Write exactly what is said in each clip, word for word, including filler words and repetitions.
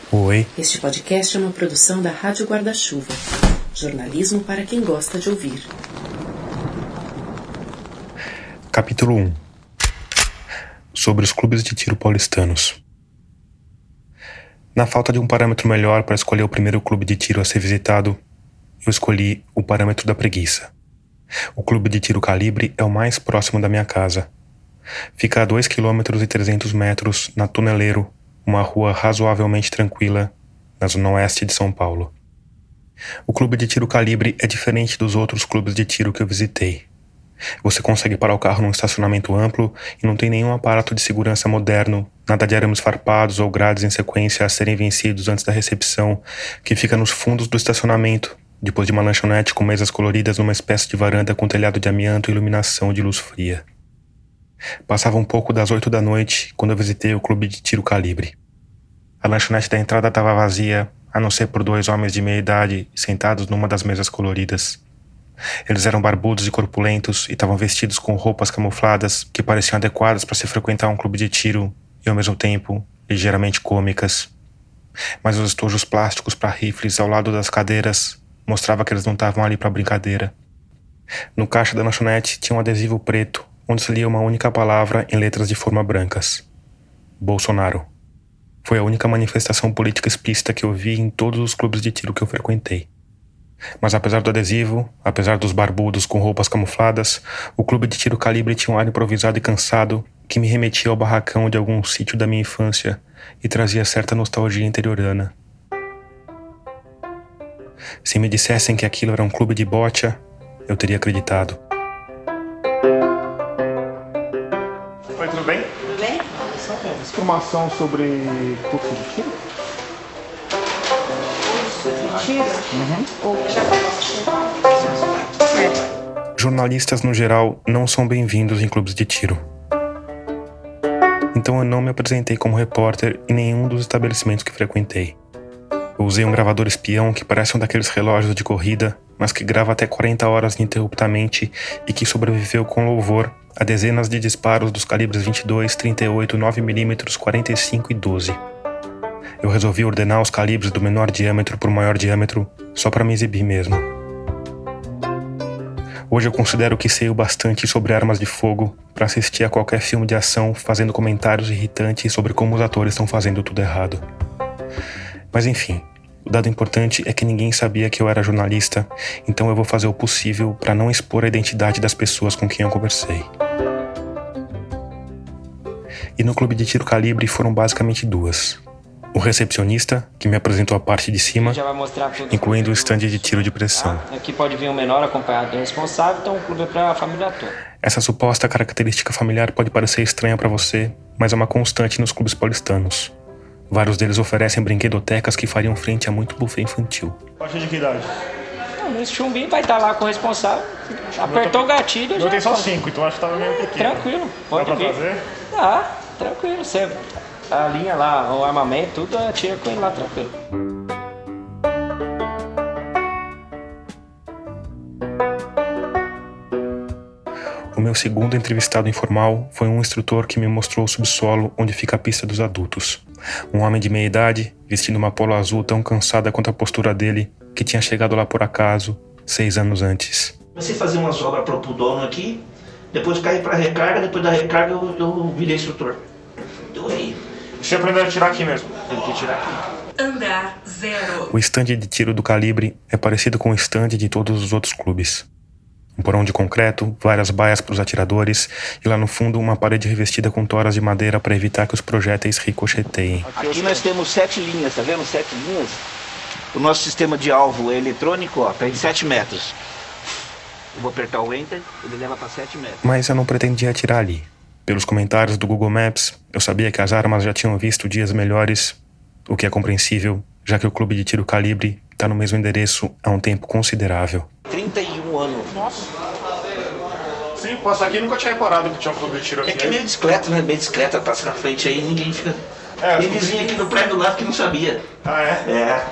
Oi. Este podcast é uma produção da Rádio Guarda-Chuva. Jornalismo para quem gosta de ouvir. Capítulo um. Sobre os clubes de tiro paulistanos. Na falta de um parâmetro melhor para escolher o primeiro clube de tiro a ser visitado, eu escolhi o parâmetro da preguiça. O clube de tiro Calibre é o mais próximo da minha casa. Fica a dois quilômetros e trezentos metros na Tuneleiro, uma rua razoavelmente tranquila na zona oeste de São Paulo. O clube de tiro Calibre é diferente dos outros clubes de tiro que eu visitei. Você consegue parar o carro num estacionamento amplo e não tem nenhum aparato de segurança moderno, nada de arames farpados ou grades em sequência a serem vencidos antes da recepção, que fica nos fundos do estacionamento, depois de uma lanchonete com mesas coloridas numa espécie de varanda com telhado de amianto e iluminação de luz fria. Passava um pouco das oito da noite quando eu visitei o clube de tiro Calibre. A lanchonete da entrada estava vazia, a não ser por dois homens de meia idade sentados numa das mesas coloridas. Eles eram barbudos e corpulentos e estavam vestidos com roupas camufladas que pareciam adequadas para se frequentar um clube de tiro e, ao mesmo tempo, ligeiramente cômicas. Mas os estojos plásticos para rifles ao lado das cadeiras mostrava que eles não estavam ali para brincadeira. No caixa da lanchonete tinha um adesivo preto onde se lia uma única palavra em letras de forma brancas: Bolsonaro. Foi a única manifestação política explícita que eu vi em todos os clubes de tiro que eu frequentei. Mas apesar do adesivo, apesar dos barbudos com roupas camufladas, o clube de tiro Calibre tinha um ar improvisado e cansado que me remetia ao barracão de algum sítio da minha infância e trazia certa nostalgia interiorana. Se me dissessem que aquilo era um clube de bocha, eu teria acreditado. Oi, tudo bem? Tudo bem? Informação sobre curso de tiro? Curso de tiro? Uhum. Ou já é. Jornalistas, no geral, não são bem-vindos em clubes de tiro. Então eu não me apresentei como repórter em nenhum dos estabelecimentos que frequentei. Eu usei um gravador espião que parece um daqueles relógios de corrida, mas que grava até quarenta horas ininterruptamente e que sobreviveu com louvor a dezenas de disparos dos calibres vinte e dois, trinta e oito, nove milímetros, quarenta e cinco e doze. Eu resolvi ordenar os calibres do menor diâmetro para o maior diâmetro só para me exibir mesmo. Hoje eu considero que sei o bastante sobre armas de fogo para assistir a qualquer filme de ação fazendo comentários irritantes sobre como os atores estão fazendo tudo errado. Mas enfim, o dado importante é que ninguém sabia que eu era jornalista, então eu vou fazer o possível para não expor a identidade das pessoas com quem eu conversei. E no clube de tiro Calibre foram basicamente duas. O recepcionista, que me apresentou a parte de cima, incluindo o stand de tiro de pressão. Aqui pode vir o menor acompanhado do responsável, então o clube é para a família toda. Essa suposta característica familiar pode parecer estranha para você, mas é uma constante nos clubes paulistanos. Vários deles oferecem brinquedotecas que fariam frente a muito buffet infantil. A partir de que idade? Não, esse chumbinho vai estar lá com o responsável. Apertou o gatilho. Eu tenho só cinco, então acho que estava meio pequeno. Tranquilo, pode Dá pra vir. fazer? Dá, tranquilo. Você, a linha lá, o armamento, tudo atira com ele lá, tranquilo. O meu segundo entrevistado informal foi um instrutor que me mostrou o subsolo onde fica a pista dos adultos. Um homem de meia idade, vestindo uma polo azul tão cansada quanto a postura dele, que tinha chegado lá por acaso, seis anos antes. Comecei a fazer umas obras para o dono aqui, depois caí para recarga, depois da recarga eu, eu virei instrutor. Deu aí. Você aprendeu a atirar aqui mesmo? Eu que tirar aqui. Andar zero. O estande de tiro do Calibre é parecido com o estande de todos os outros clubes. Um porão de concreto, várias baias para os atiradores e lá no fundo uma parede revestida com toras de madeira para evitar que os projéteis ricocheteiem. Aqui nós temos sete linhas, tá vendo? Sete linhas. O nosso sistema de alvo é eletrônico, ó, tá em sete metros. Eu vou apertar o Enter, ele leva para sete metros. Mas eu não pretendia atirar ali. Pelos comentários do Google Maps, eu sabia que as armas já tinham visto dias melhores, o que é compreensível, já que o clube de tiro Calibre está no mesmo endereço há um tempo considerável. trinta e um anos. Nossa. Sim, passar aqui nunca tinha reparado que tinha um clube de tiro aqui. É que é meio discreto, né? Bem discreto, passa na frente aí e ninguém fica... É, Tem vizinho aqui no prédio do lado que não sabia. Ah, é? É.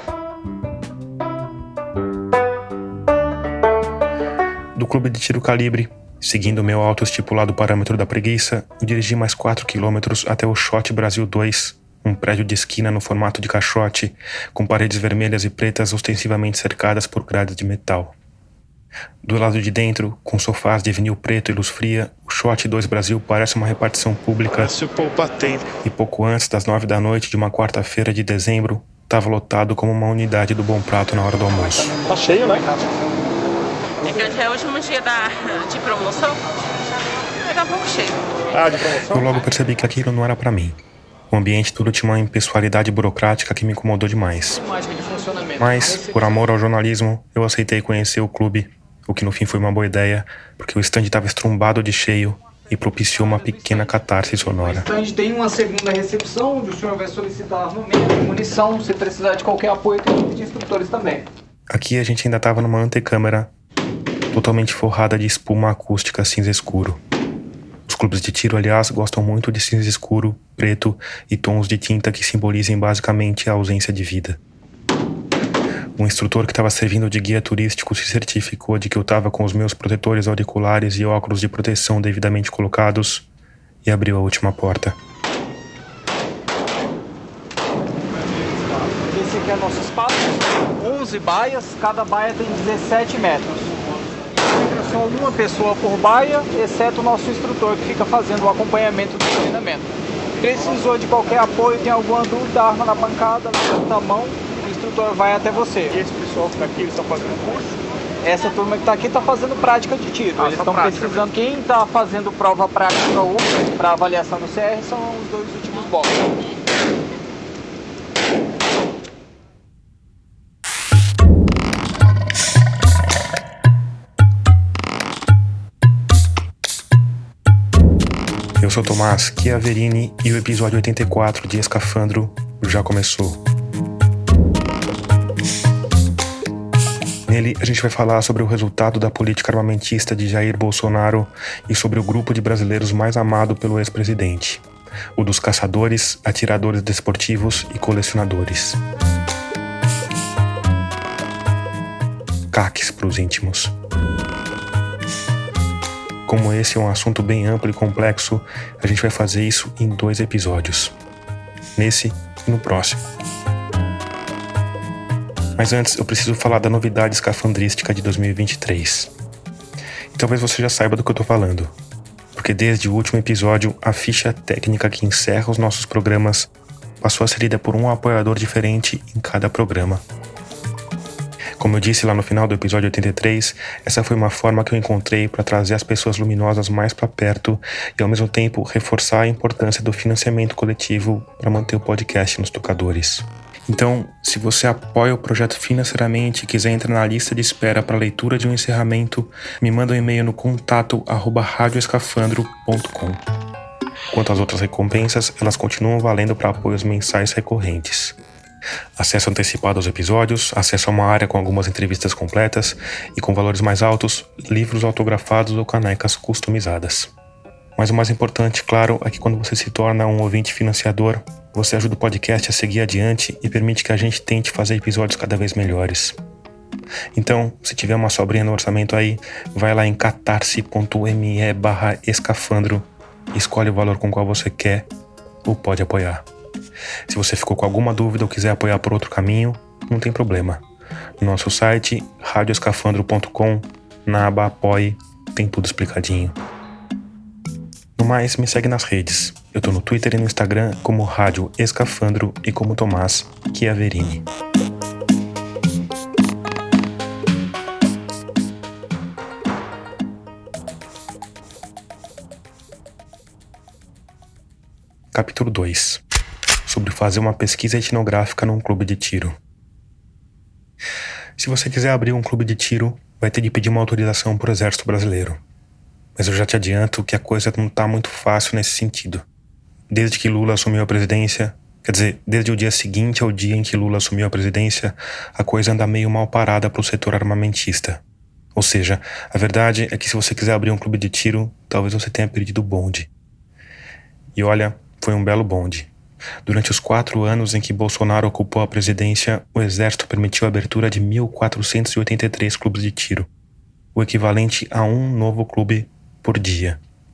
Do clube de tiro Calibre, seguindo o meu auto-estipulado parâmetro da preguiça, eu dirigi mais quatro quilômetros até o Shot Brasil dois, um prédio de esquina no formato de caixote, com paredes vermelhas e pretas ostensivamente cercadas por grades de metal. Do lado de dentro, com sofás de vinil preto e luz fria, o Shot dois Brasil parece uma repartição pública. Parece o Poupatempo. E pouco antes das nove da noite de uma quarta-feira de dezembro, estava lotado como uma unidade do Bom Prato na hora do almoço. Tá cheio, né? É que até o último dia da, de promoção, vai dar um pouco cheio. Ah, de promoção? Eu logo percebi que aquilo não era pra mim. O ambiente todo tinha uma impessoalidade burocrática que me incomodou demais. Mas, por amor ao jornalismo, eu aceitei conhecer o clube, o que no fim foi uma boa ideia, porque o stand estava estrumbado de cheio e propiciou uma pequena catarse sonora. O stand tem uma segunda recepção, onde o senhor vai solicitar armamento, munição, se precisar de qualquer apoio, tem equipe de instrutores também. Aqui a gente ainda estava numa antecâmara totalmente forrada de espuma acústica cinza escuro. Os clubes de tiro, aliás, gostam muito de cinza escuro, preto e tons de tinta que simbolizem basicamente a ausência de vida. O instrutor que estava servindo de guia turístico se certificou de que eu estava com os meus protetores auriculares e óculos de proteção devidamente colocados e abriu a última porta. Esse aqui é nosso espaço, onze baias, cada baia tem dezessete metros. Entra só uma pessoa por baia, exceto o nosso instrutor que fica fazendo o acompanhamento do treinamento. Precisou de qualquer apoio, tem alguma dúvida, arma na bancada, levanta a mão, o instrutor vai até você. E esse pessoal que tá aqui, eles estão fazendo curso? Essa turma que está aqui está fazendo prática de tiro. Ah, eles estão precisando. Né? Quem está fazendo prova prática hoje para avaliação do C R são os dois últimos blocos. Eu sou Tomás Chiaverini e o episódio oitenta e quatro de Escafandro já começou. Nele, a gente vai falar sobre o resultado da política armamentista de Jair Bolsonaro e sobre o grupo de brasileiros mais amado pelo ex-presidente, o dos caçadores, atiradores desportivos e colecionadores. C A Cs para os íntimos. Como esse é um assunto bem amplo e complexo, a gente vai fazer isso em dois episódios. Nesse e no próximo. Mas antes, eu preciso falar da novidade escafandrística de dois mil e vinte e três. E talvez você já saiba do que eu tô falando. Porque desde o último episódio, a ficha técnica que encerra os nossos programas passou a ser lida por um apoiador diferente em cada programa. Como eu disse lá no final do episódio oitenta e três, essa foi uma forma que eu encontrei para trazer as pessoas luminosas mais para perto e ao mesmo tempo reforçar a importância do financiamento coletivo para manter o podcast nos tocadores. Então, se você apoia o projeto financeiramente e quiser entrar na lista de espera para leitura de um encerramento, me manda um e-mail no contato arroba rádio escafandro ponto com. Quanto às outras recompensas, elas continuam valendo para apoios mensais recorrentes. Acesso antecipado aos episódios, acesso a uma área com algumas entrevistas completas e, com valores mais altos, livros autografados ou canecas customizadas. Mas o mais importante, claro, é que quando você se torna um ouvinte financiador, você ajuda o podcast a seguir adiante e permite que a gente tente fazer episódios cada vez melhores. Então, se tiver uma sobrinha no orçamento aí, vai lá em catarse.me barra escafandro e escolhe o valor com o qual você quer ou pode apoiar. Se você ficou com alguma dúvida ou quiser apoiar por outro caminho, não tem problema. No nosso site, rádio escafandro ponto com, na aba Apoie, tem tudo explicadinho. No mais, me segue nas redes. Eu tô no Twitter e no Instagram como Rádio Escafandro e como Tomás Chiaverini. Capítulo dois. Sobre fazer uma pesquisa etnográfica num clube de tiro. Se você quiser abrir um clube de tiro, vai ter de pedir uma autorização pro Exército Brasileiro. Mas eu já te adianto que a coisa não tá muito fácil nesse sentido. Desde que Lula assumiu a presidência, quer dizer, desde o dia seguinte ao dia em que Lula assumiu a presidência, a coisa anda meio mal parada pro setor armamentista. Ou seja, a verdade é que se você quiser abrir um clube de tiro, talvez você tenha perdido o bonde. E olha, foi um belo bonde. Durante os quatro anos em que Bolsonaro ocupou a presidência, o Exército permitiu a abertura de mil quatrocentos e oitenta e três clubes de tiro, o equivalente a um novo clube por dia.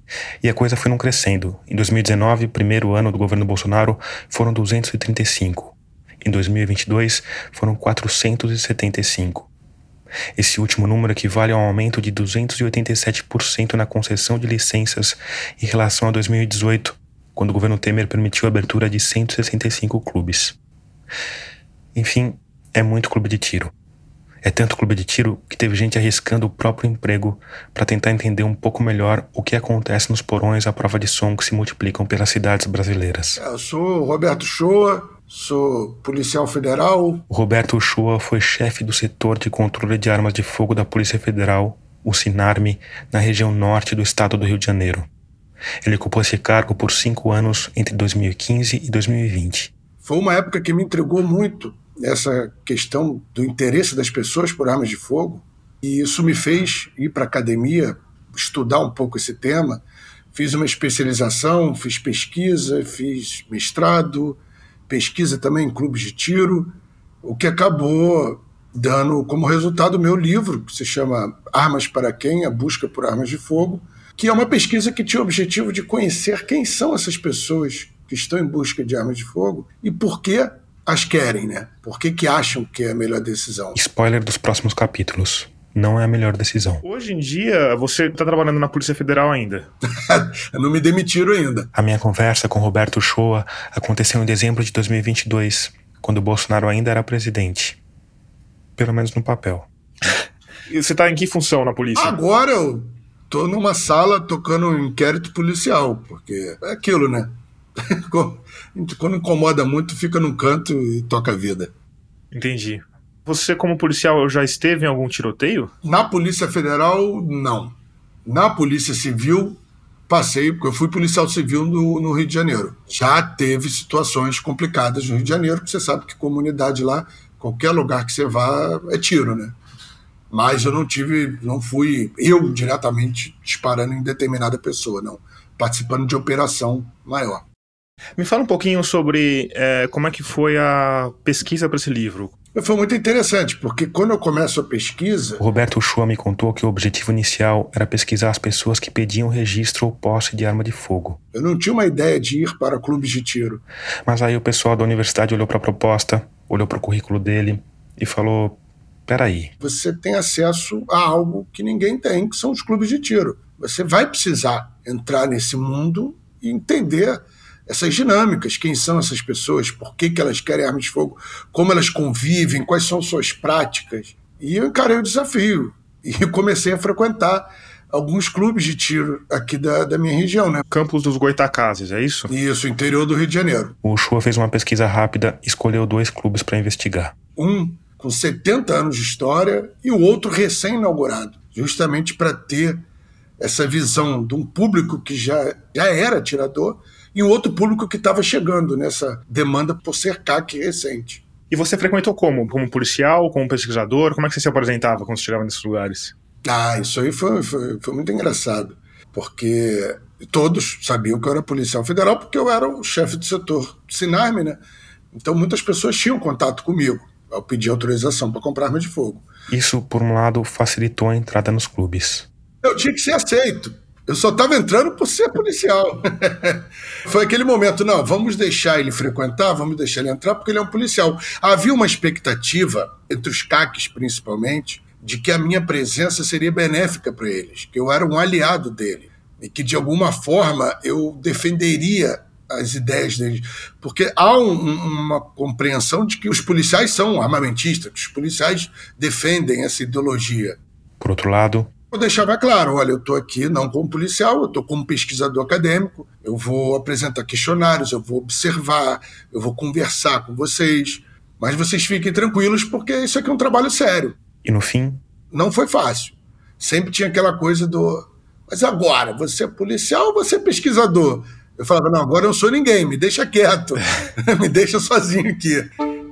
E a coisa foi num crescendo. Em dois mil e dezenove, primeiro ano do governo Bolsonaro, foram duzentos e trinta e cinco. Em dois mil e vinte e dois, foram quatrocentos e setenta e cinco. Esse último número equivale a um aumento de duzentos e oitenta e sete por cento na concessão de licenças em relação a dois mil e dezoito, quando o governo Temer permitiu a abertura de cento e sessenta e cinco clubes. Enfim, é muito clube de tiro. É tanto clube de tiro que teve gente arriscando o próprio emprego para tentar entender um pouco melhor o que acontece nos porões à prova de som que se multiplicam pelas cidades brasileiras. Eu sou Roberto Shoa, sou policial federal. O Roberto Shoa foi chefe do setor de controle de armas de fogo da Polícia Federal, o SINARME, na região norte do estado do Rio de Janeiro. Ele ocupou esse cargo por cinco anos entre dois mil e quinze e dois mil e vinte. Foi uma época que me intrigou muito essa questão do interesse das pessoas por armas de fogo, e isso me fez ir para a academia, estudar um pouco esse tema. Fiz uma especialização, fiz pesquisa, fiz mestrado, pesquisa também em clubes de tiro, o que acabou dando como resultado o meu livro, que se chama Armas para Quem? A Busca por Armas de Fogo, que é uma pesquisa que tinha o objetivo de conhecer quem são essas pessoas que estão em busca de armas de fogo e por que as querem, né? Por que que acham que é a melhor decisão? Spoiler dos próximos capítulos. Não é a melhor decisão. Hoje em dia, você está trabalhando na Polícia Federal ainda? Não me demitiram ainda. A minha conversa com Roberto Shoa aconteceu em dezembro de dois mil e vinte e dois, quando o Bolsonaro ainda era presidente. Pelo menos no papel. E você está em que função na polícia? Agora eu tô numa sala tocando um inquérito policial, porque é aquilo, né? Quando incomoda muito, fica num canto e toca a vida. Entendi. Você, como policial, já esteve em algum tiroteio? Na Polícia Federal, não. Na Polícia Civil, passei, porque eu fui policial civil no, no Rio de Janeiro. Já teve situações complicadas no Rio de Janeiro, porque você sabe que comunidade lá, qualquer lugar que você vá, é tiro, né? Mas eu não tive, não fui eu diretamente disparando em determinada pessoa, não. Participando de operação maior. Me fala um pouquinho sobre é, como é que foi a pesquisa para esse livro. Foi muito interessante, porque quando eu começo a pesquisa... O Roberto Shoa me contou que o objetivo inicial era pesquisar as pessoas que pediam registro ou posse de arma de fogo. Eu não tinha uma ideia de ir para clubes de tiro. Mas aí o pessoal da universidade olhou para a proposta, olhou para o currículo dele e falou... Peraí. Você tem acesso a algo que ninguém tem, que são os clubes de tiro. Você vai precisar entrar nesse mundo e entender essas dinâmicas, quem são essas pessoas, por que que elas querem armas de fogo, como elas convivem, quais são suas práticas. E eu encarei o desafio e comecei a frequentar alguns clubes de tiro aqui da, da minha região, né? Campos dos Goitacazes, é isso? Isso, interior do Rio de Janeiro. O Shoa fez uma pesquisa rápida e escolheu dois clubes para investigar. Um com setenta anos de história e o outro recém-inaugurado, justamente para ter essa visão de um público que já, já era atirador e um outro público que estava chegando nessa demanda por ser C A C recente. E você frequentou como? Como policial, como pesquisador? Como é que você se apresentava quando você chegava nesses lugares? Ah, isso aí foi, foi, foi muito engraçado, porque todos sabiam que eu era policial federal, porque eu era o chefe do setor SINARME, né? Então muitas pessoas tinham contato comigo ao pedir autorização para comprar arma de fogo. Isso, por um lado, facilitou a entrada nos clubes. Eu tinha que ser aceito. Eu só estava entrando por ser policial. Foi aquele momento, não, vamos deixar ele frequentar, vamos deixar ele entrar, porque ele é um policial. Havia uma expectativa, entre os C A Cs principalmente, de que a minha presença seria benéfica para eles, que eu era um aliado dele, e que, de alguma forma, eu defenderia as ideias deles, porque há um, uma compreensão de que os policiais são armamentistas, que os policiais defendem essa ideologia. Por outro lado, eu deixava claro, olha, eu estou aqui não como policial, eu estou como pesquisador acadêmico, eu vou apresentar questionários, eu vou observar, eu vou conversar com vocês, mas vocês fiquem tranquilos porque isso aqui é um trabalho sério. E no fim? Não foi fácil. Sempre tinha aquela coisa do, mas agora, você é policial ou você é pesquisador? Eu falava, não, agora eu não sou ninguém, me deixa quieto, me deixa sozinho aqui.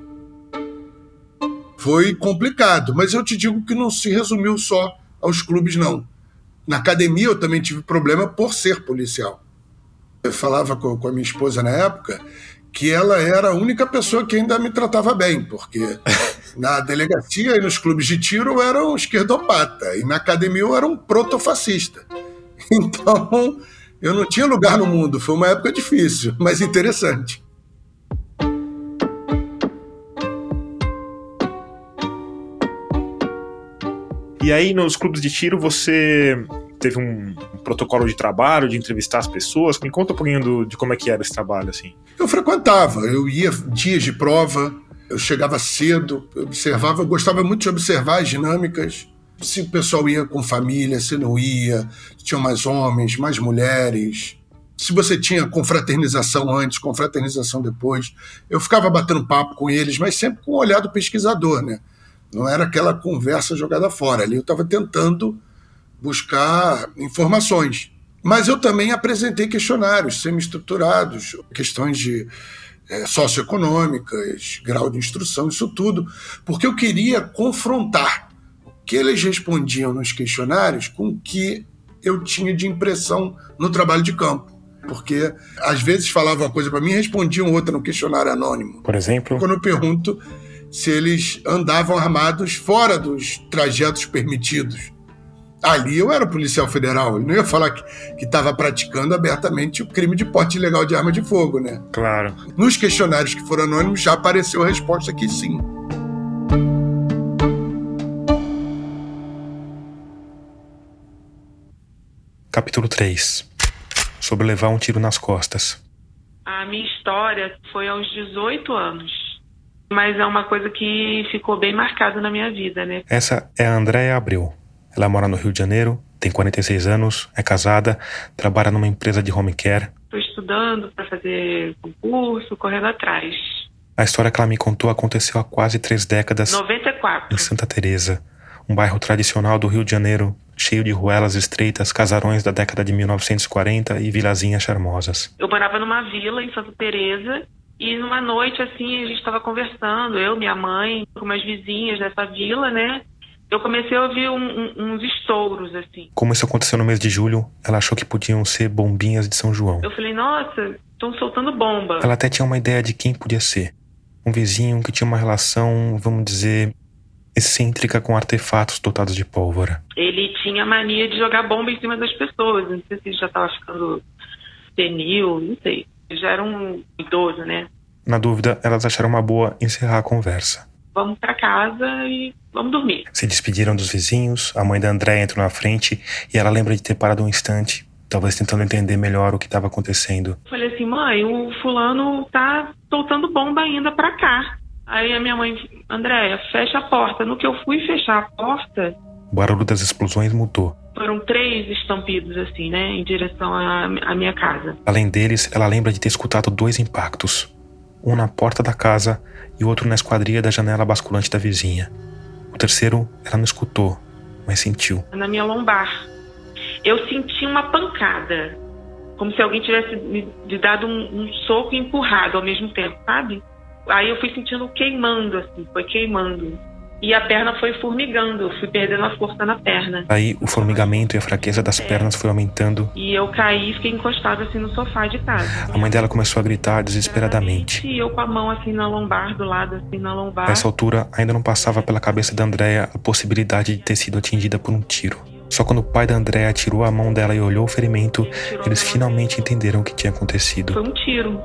Foi complicado, mas eu te digo que não se resumiu só aos clubes, não. Na academia eu também tive problema por ser policial. Eu falava com, com a minha esposa na época que ela era a única pessoa que ainda me tratava bem, porque na delegacia e nos clubes de tiro eu era um esquerdopata, e na academia eu era um protofascista. Então... Eu não tinha lugar no mundo, foi uma época difícil, mas interessante. E aí, nos clubes de tiro, você teve um, um protocolo de trabalho, de entrevistar as pessoas? Me conta um pouquinho do, de como é que era esse trabalho, assim. Eu frequentava, eu ia dias de prova, eu chegava cedo, eu observava, eu gostava muito de observar as dinâmicas. Se o pessoal ia com família, se não ia, se tinham mais homens, mais mulheres. Se você tinha confraternização antes, confraternização depois. Eu ficava batendo papo com eles, mas sempre com o olhar do pesquisador, né? Não era aquela conversa jogada fora. Ali eu estava tentando buscar informações. Mas eu também apresentei questionários semi-estruturados, questões de é, socioeconômicas, grau de instrução, isso tudo, porque eu queria confrontar o que eles respondiam nos questionários com o que eu tinha de impressão no trabalho de campo. Porque às vezes falavam uma coisa para mim e respondiam outra no questionário anônimo. Por exemplo? Quando eu pergunto se eles andavam armados fora dos trajetos permitidos. Ali eu era policial federal, eu não ia falar que estava praticando abertamente o crime de porte ilegal de arma de fogo, né? Claro. Nos questionários que foram anônimos já apareceu a resposta que sim. Capítulo três. Sobre levar um tiro nas costas. A minha história foi aos dezoito anos. Mas é uma coisa que ficou bem marcada na minha vida, né? Essa é a Andréia Abreu. Ela mora no Rio de Janeiro, tem quarenta e seis anos, é casada, trabalha numa empresa de home care. Estou estudando para fazer concurso, correndo atrás. A história que ela me contou aconteceu há quase três décadas. noventa e quatro. Em Santa Teresa, um bairro tradicional do Rio de Janeiro, cheio de ruelas estreitas, casarões da década de mil novecentos e quarenta e vilazinhas charmosas. Eu morava numa vila em Santa Teresa. E numa noite, assim, a gente estava conversando, eu, minha mãe, com umas vizinhas dessa vila, né? Eu comecei a ouvir um, um, uns estouros, assim. Como isso aconteceu no mês de julho, ela achou que podiam ser bombinhas de São João. Eu falei, nossa, estão soltando bomba. Ela até tinha uma ideia de quem podia ser. Um vizinho que tinha uma relação, vamos dizer, excêntrica com artefatos dotados de pólvora. Ele tinha mania de jogar bomba em cima das pessoas. Não sei se ele já estava ficando senil, não sei. Já era um idoso, né? Na dúvida, elas acharam uma boa encerrar a conversa. Vamos pra casa e vamos dormir. Se despediram dos vizinhos, a mãe da Andréia entrou na frente e ela lembra de ter parado um instante, talvez tentando entender melhor o que estava acontecendo. Eu falei assim, mãe, o fulano tá soltando bomba ainda pra cá. Aí a minha mãe, Andréia, fecha a porta. No que eu fui fechar a porta... O barulho das explosões mudou. Foram três estampidos, assim, né, em direção à, à minha casa. Além deles, ela lembra de ter escutado dois impactos. Um na porta da casa e outro na esquadria da janela basculante da vizinha. O terceiro, ela não escutou, mas sentiu. Na minha lombar. Eu senti uma pancada. Como se alguém tivesse me dado um, um soco e empurrado ao mesmo tempo, sabe? Aí eu fui sentindo queimando, assim, foi queimando. E a perna foi formigando, eu fui perdendo a força na perna. Aí o formigamento e a fraqueza das é. pernas foi aumentando. E eu caí e fiquei encostada assim no sofá de casa. A mãe dela começou a gritar desesperadamente. E eu com a mão assim na lombar, do lado assim na lombar. Nessa altura, ainda não passava pela cabeça da Andréia a possibilidade de ter sido atingida por um tiro. Só quando o pai da Andréia tirou a mão dela e olhou o ferimento, eles finalmente entenderam o que tinha acontecido. Foi um tiro.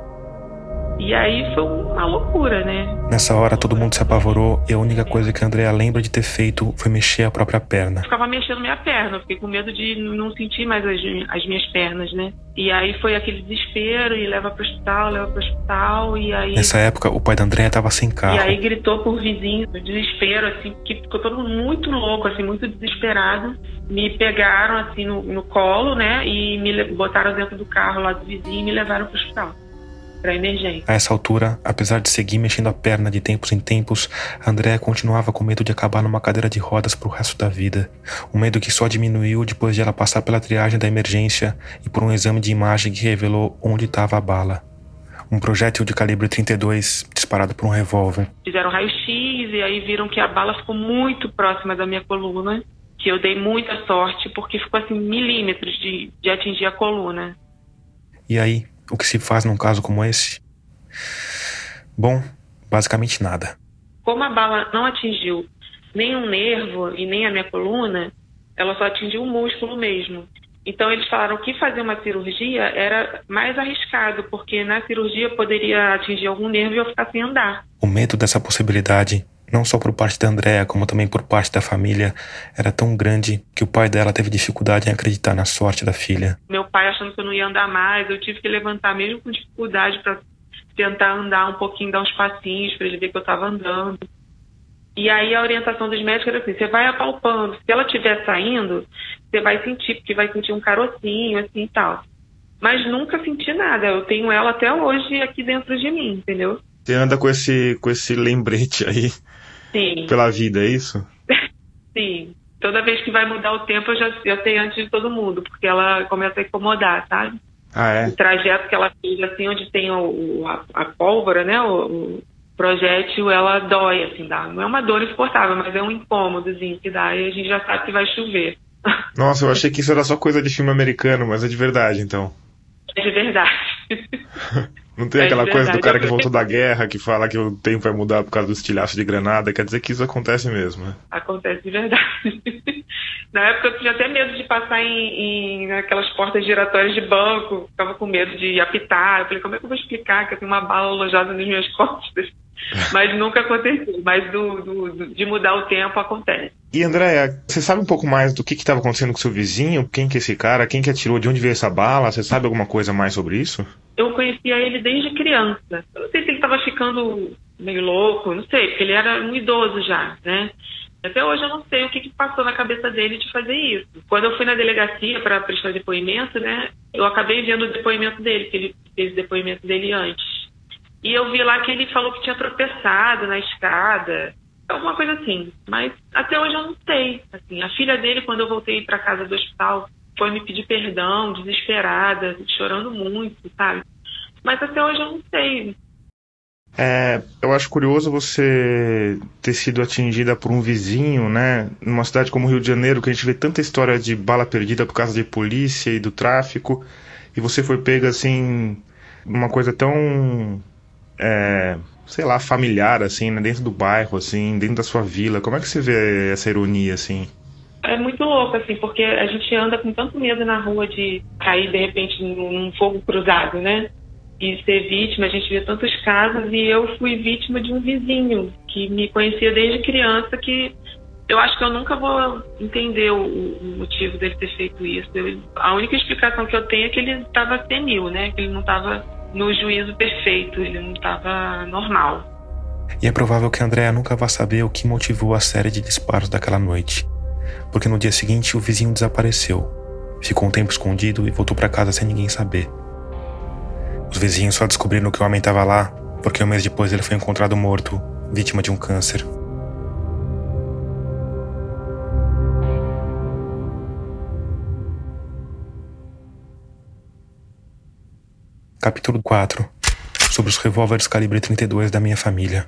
E aí foi uma loucura, né? Nessa hora todo mundo se apavorou e a única coisa que a Andréia lembra de ter feito foi mexer a própria perna. Eu ficava mexendo minha perna, eu fiquei com medo de não sentir mais as, as minhas pernas, né? E aí foi aquele desespero, e leva pro hospital, leva pro hospital, e aí... Nessa época o pai da Andréia estava sem carro. E aí gritou por vizinho, desespero, assim, que ficou todo mundo muito louco, assim, muito desesperado. Me pegaram, assim, no, no colo, né? E me botaram dentro do carro lá do vizinho e me levaram pro hospital. Pra emergência. A essa altura, apesar de seguir mexendo a perna de tempos em tempos, a Andréia continuava com medo de acabar numa cadeira de rodas pro resto da vida. Um medo que só diminuiu depois de ela passar pela triagem da emergência e por um exame de imagem que revelou onde estava a bala. Um projétil de calibre trinta e dois disparado por um revólver. Fizeram raio-x e aí viram que a bala ficou muito próxima da minha coluna, que eu dei muita sorte porque ficou assim milímetros de, de atingir a coluna. E aí? O que se faz num caso como esse? Bom, basicamente nada. Como a bala não atingiu nem um nervo e nem a minha coluna, ela só atingiu o músculo mesmo. Então eles falaram que fazer uma cirurgia era mais arriscado, porque na cirurgia poderia atingir algum nervo e eu ficar sem andar. O medo dessa possibilidade, não só por parte da Andréa, como também por parte da família, era tão grande que o pai dela teve dificuldade em acreditar na sorte da filha. Meu pai achando que eu não ia andar mais, eu tive que levantar mesmo com dificuldade para tentar andar um pouquinho, dar uns passinhos para ele ver que eu estava andando. E aí a orientação dos médicos era assim, você vai apalpando, se ela estiver saindo, você vai sentir, porque vai sentir um carocinho, assim e tal. Mas nunca senti nada, eu tenho ela até hoje aqui dentro de mim, entendeu? Você anda com esse, com esse lembrete aí. Sim. Pela vida, é isso? Sim. Toda vez que vai mudar o tempo, eu já eu sei antes de todo mundo, porque ela começa a incomodar, sabe? Ah, é? O trajeto que ela fez, assim, onde tem o, o, a, a pólvora, né, o, o projétil, ela dói, assim, dá. Não é uma dor insuportável, mas é um incômodozinho que dá, e a gente já sabe que vai chover. Nossa, eu achei que isso era só coisa de filme americano, mas é de verdade, então. É de verdade. Não tem é aquela coisa do cara que eu... voltou da guerra, que fala que o tempo vai mudar por causa do estilhaço de granada, quer dizer que isso acontece mesmo, né? Acontece de verdade. Na época eu tinha até medo de passar em, em naquelas portas giratórias de banco, ficava com medo de apitar. Eu falei, como é que eu vou explicar que eu tenho uma bala alojada nas minhas costas? Mas nunca aconteceu. Mas do, do, do, de mudar o tempo acontece. E Andréa, você sabe um pouco mais do que estava acontecendo com seu vizinho? Quem que é esse cara? Quem que atirou? De onde veio essa bala? Você sabe alguma coisa mais sobre isso? Eu conhecia ele desde criança. Eu não sei se ele estava ficando meio louco, não sei, porque ele era um idoso já, né? Até hoje eu não sei o que, que passou na cabeça dele de fazer isso. Quando eu fui na delegacia para prestar depoimento, né, eu acabei vendo o depoimento dele, que ele fez o depoimento dele antes. E eu vi lá que ele falou que tinha tropeçado na escada, alguma coisa assim. Mas até hoje eu não sei. Assim, a filha dele, quando eu voltei para casa do hospital, foi me pedir perdão, desesperada, chorando muito, sabe? Mas até hoje eu não sei. É, eu acho curioso você ter sido atingida por um vizinho, né? Numa cidade como Rio de Janeiro, que a gente vê tanta história de bala perdida por causa de polícia e do tráfico, e você foi pega assim, uma coisa tão, é, sei lá, familiar, assim, né? Dentro do bairro, assim, dentro da sua vila. Como é que você vê essa ironia, assim? É muito louco, assim, porque a gente anda com tanto medo na rua de cair, de repente, num, num fogo cruzado, né? E ser vítima, a gente vê tantos casos, e eu fui vítima de um vizinho que me conhecia desde criança, que eu acho que eu nunca vou entender o, o motivo dele ter feito isso. Eu, a única explicação que eu tenho é que ele estava senil, né? Que ele não estava no juízo perfeito, ele não estava normal. E é provável que a Andréa nunca vá saber o que motivou a série de disparos daquela noite, porque no dia seguinte o vizinho desapareceu, ficou um tempo escondido e voltou para casa sem ninguém saber. Os vizinhos só descobriram que o homem estava lá porque um mês depois ele foi encontrado morto, vítima de um câncer. Capítulo quatro. Sobre os revólveres calibre trinta e dois da minha família.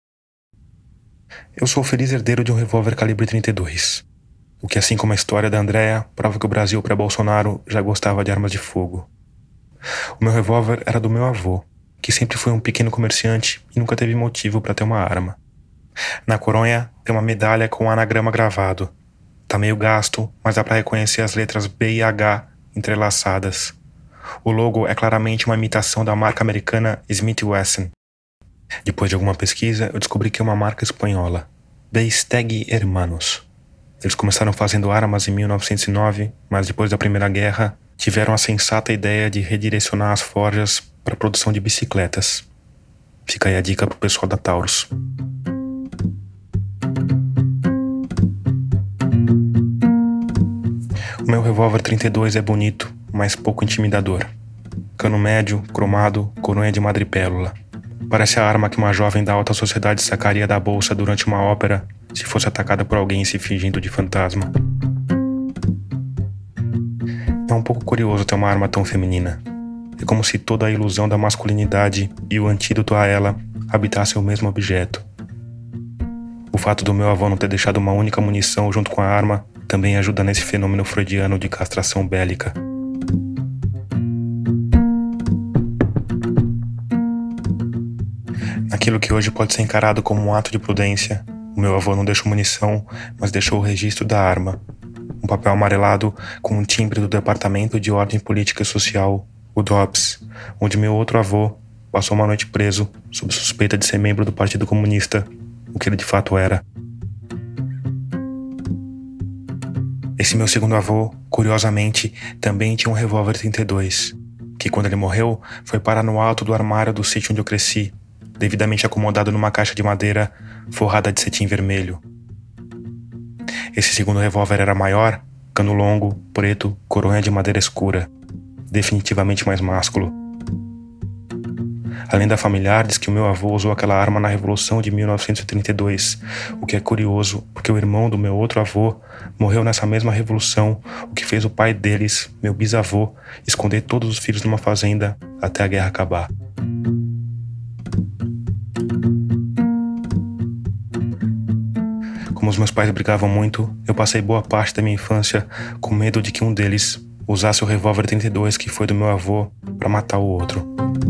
Eu sou o feliz herdeiro de um revólver calibre trinta e dois, o que, assim como a história da Andréa, prova que o Brasil pré-Bolsonaro já gostava de armas de fogo. O meu revólver era do meu avô, que sempre foi um pequeno comerciante e nunca teve motivo para ter uma arma. Na coronha tem uma medalha com um anagrama gravado. Tá meio gasto, mas dá para reconhecer as letras B e H entrelaçadas. O logo é claramente uma imitação da marca americana Smith and Wesson. Depois de alguma pesquisa, eu descobri que é uma marca espanhola, Beisteg Hermanos. Eles começaram fazendo armas em mil novecentos e nove, mas depois da Primeira Guerra, tiveram a sensata ideia de redirecionar as forjas para a produção de bicicletas. Fica aí a dica pro pessoal da Taurus. O meu revólver trinta e dois é bonito, mas pouco intimidador. Cano médio, cromado, coronha de madrepérola. Parece a arma que uma jovem da alta sociedade sacaria da bolsa durante uma ópera se fosse atacada por alguém se fingindo de fantasma. É um pouco curioso ter uma arma tão feminina. É como se toda a ilusão da masculinidade e o antídoto a ela habitassem o mesmo objeto. O fato do meu avô não ter deixado uma única munição junto com a arma também ajuda nesse fenômeno freudiano de castração bélica. Naquilo que hoje pode ser encarado como um ato de prudência, o meu avô não deixou munição, mas deixou o registro da arma. Um um papel amarelado com um timbre do Departamento de Ordem Política e Social, o D O P S, onde meu outro avô passou uma noite preso sob suspeita de ser membro do Partido Comunista, o que ele de fato era. Esse meu segundo avô, curiosamente, também tinha um revólver trinta e dois, que quando ele morreu, foi parar no alto do armário do sítio onde eu cresci, devidamente acomodado numa caixa de madeira forrada de cetim vermelho. Esse segundo revólver era maior, cano longo, preto, coronha de madeira escura, definitivamente mais másculo. A lenda familiar diz que o meu avô usou aquela arma na Revolução de mil novecentos e trinta e dois, o que é curioso, porque o irmão do meu outro avô morreu nessa mesma revolução, o que fez o pai deles, meu bisavô, esconder todos os filhos numa fazenda até a guerra acabar. Como os meus pais brigavam muito, eu passei boa parte da minha infância com medo de que um deles usasse o revólver trinta e dois que foi do meu avô para matar o outro.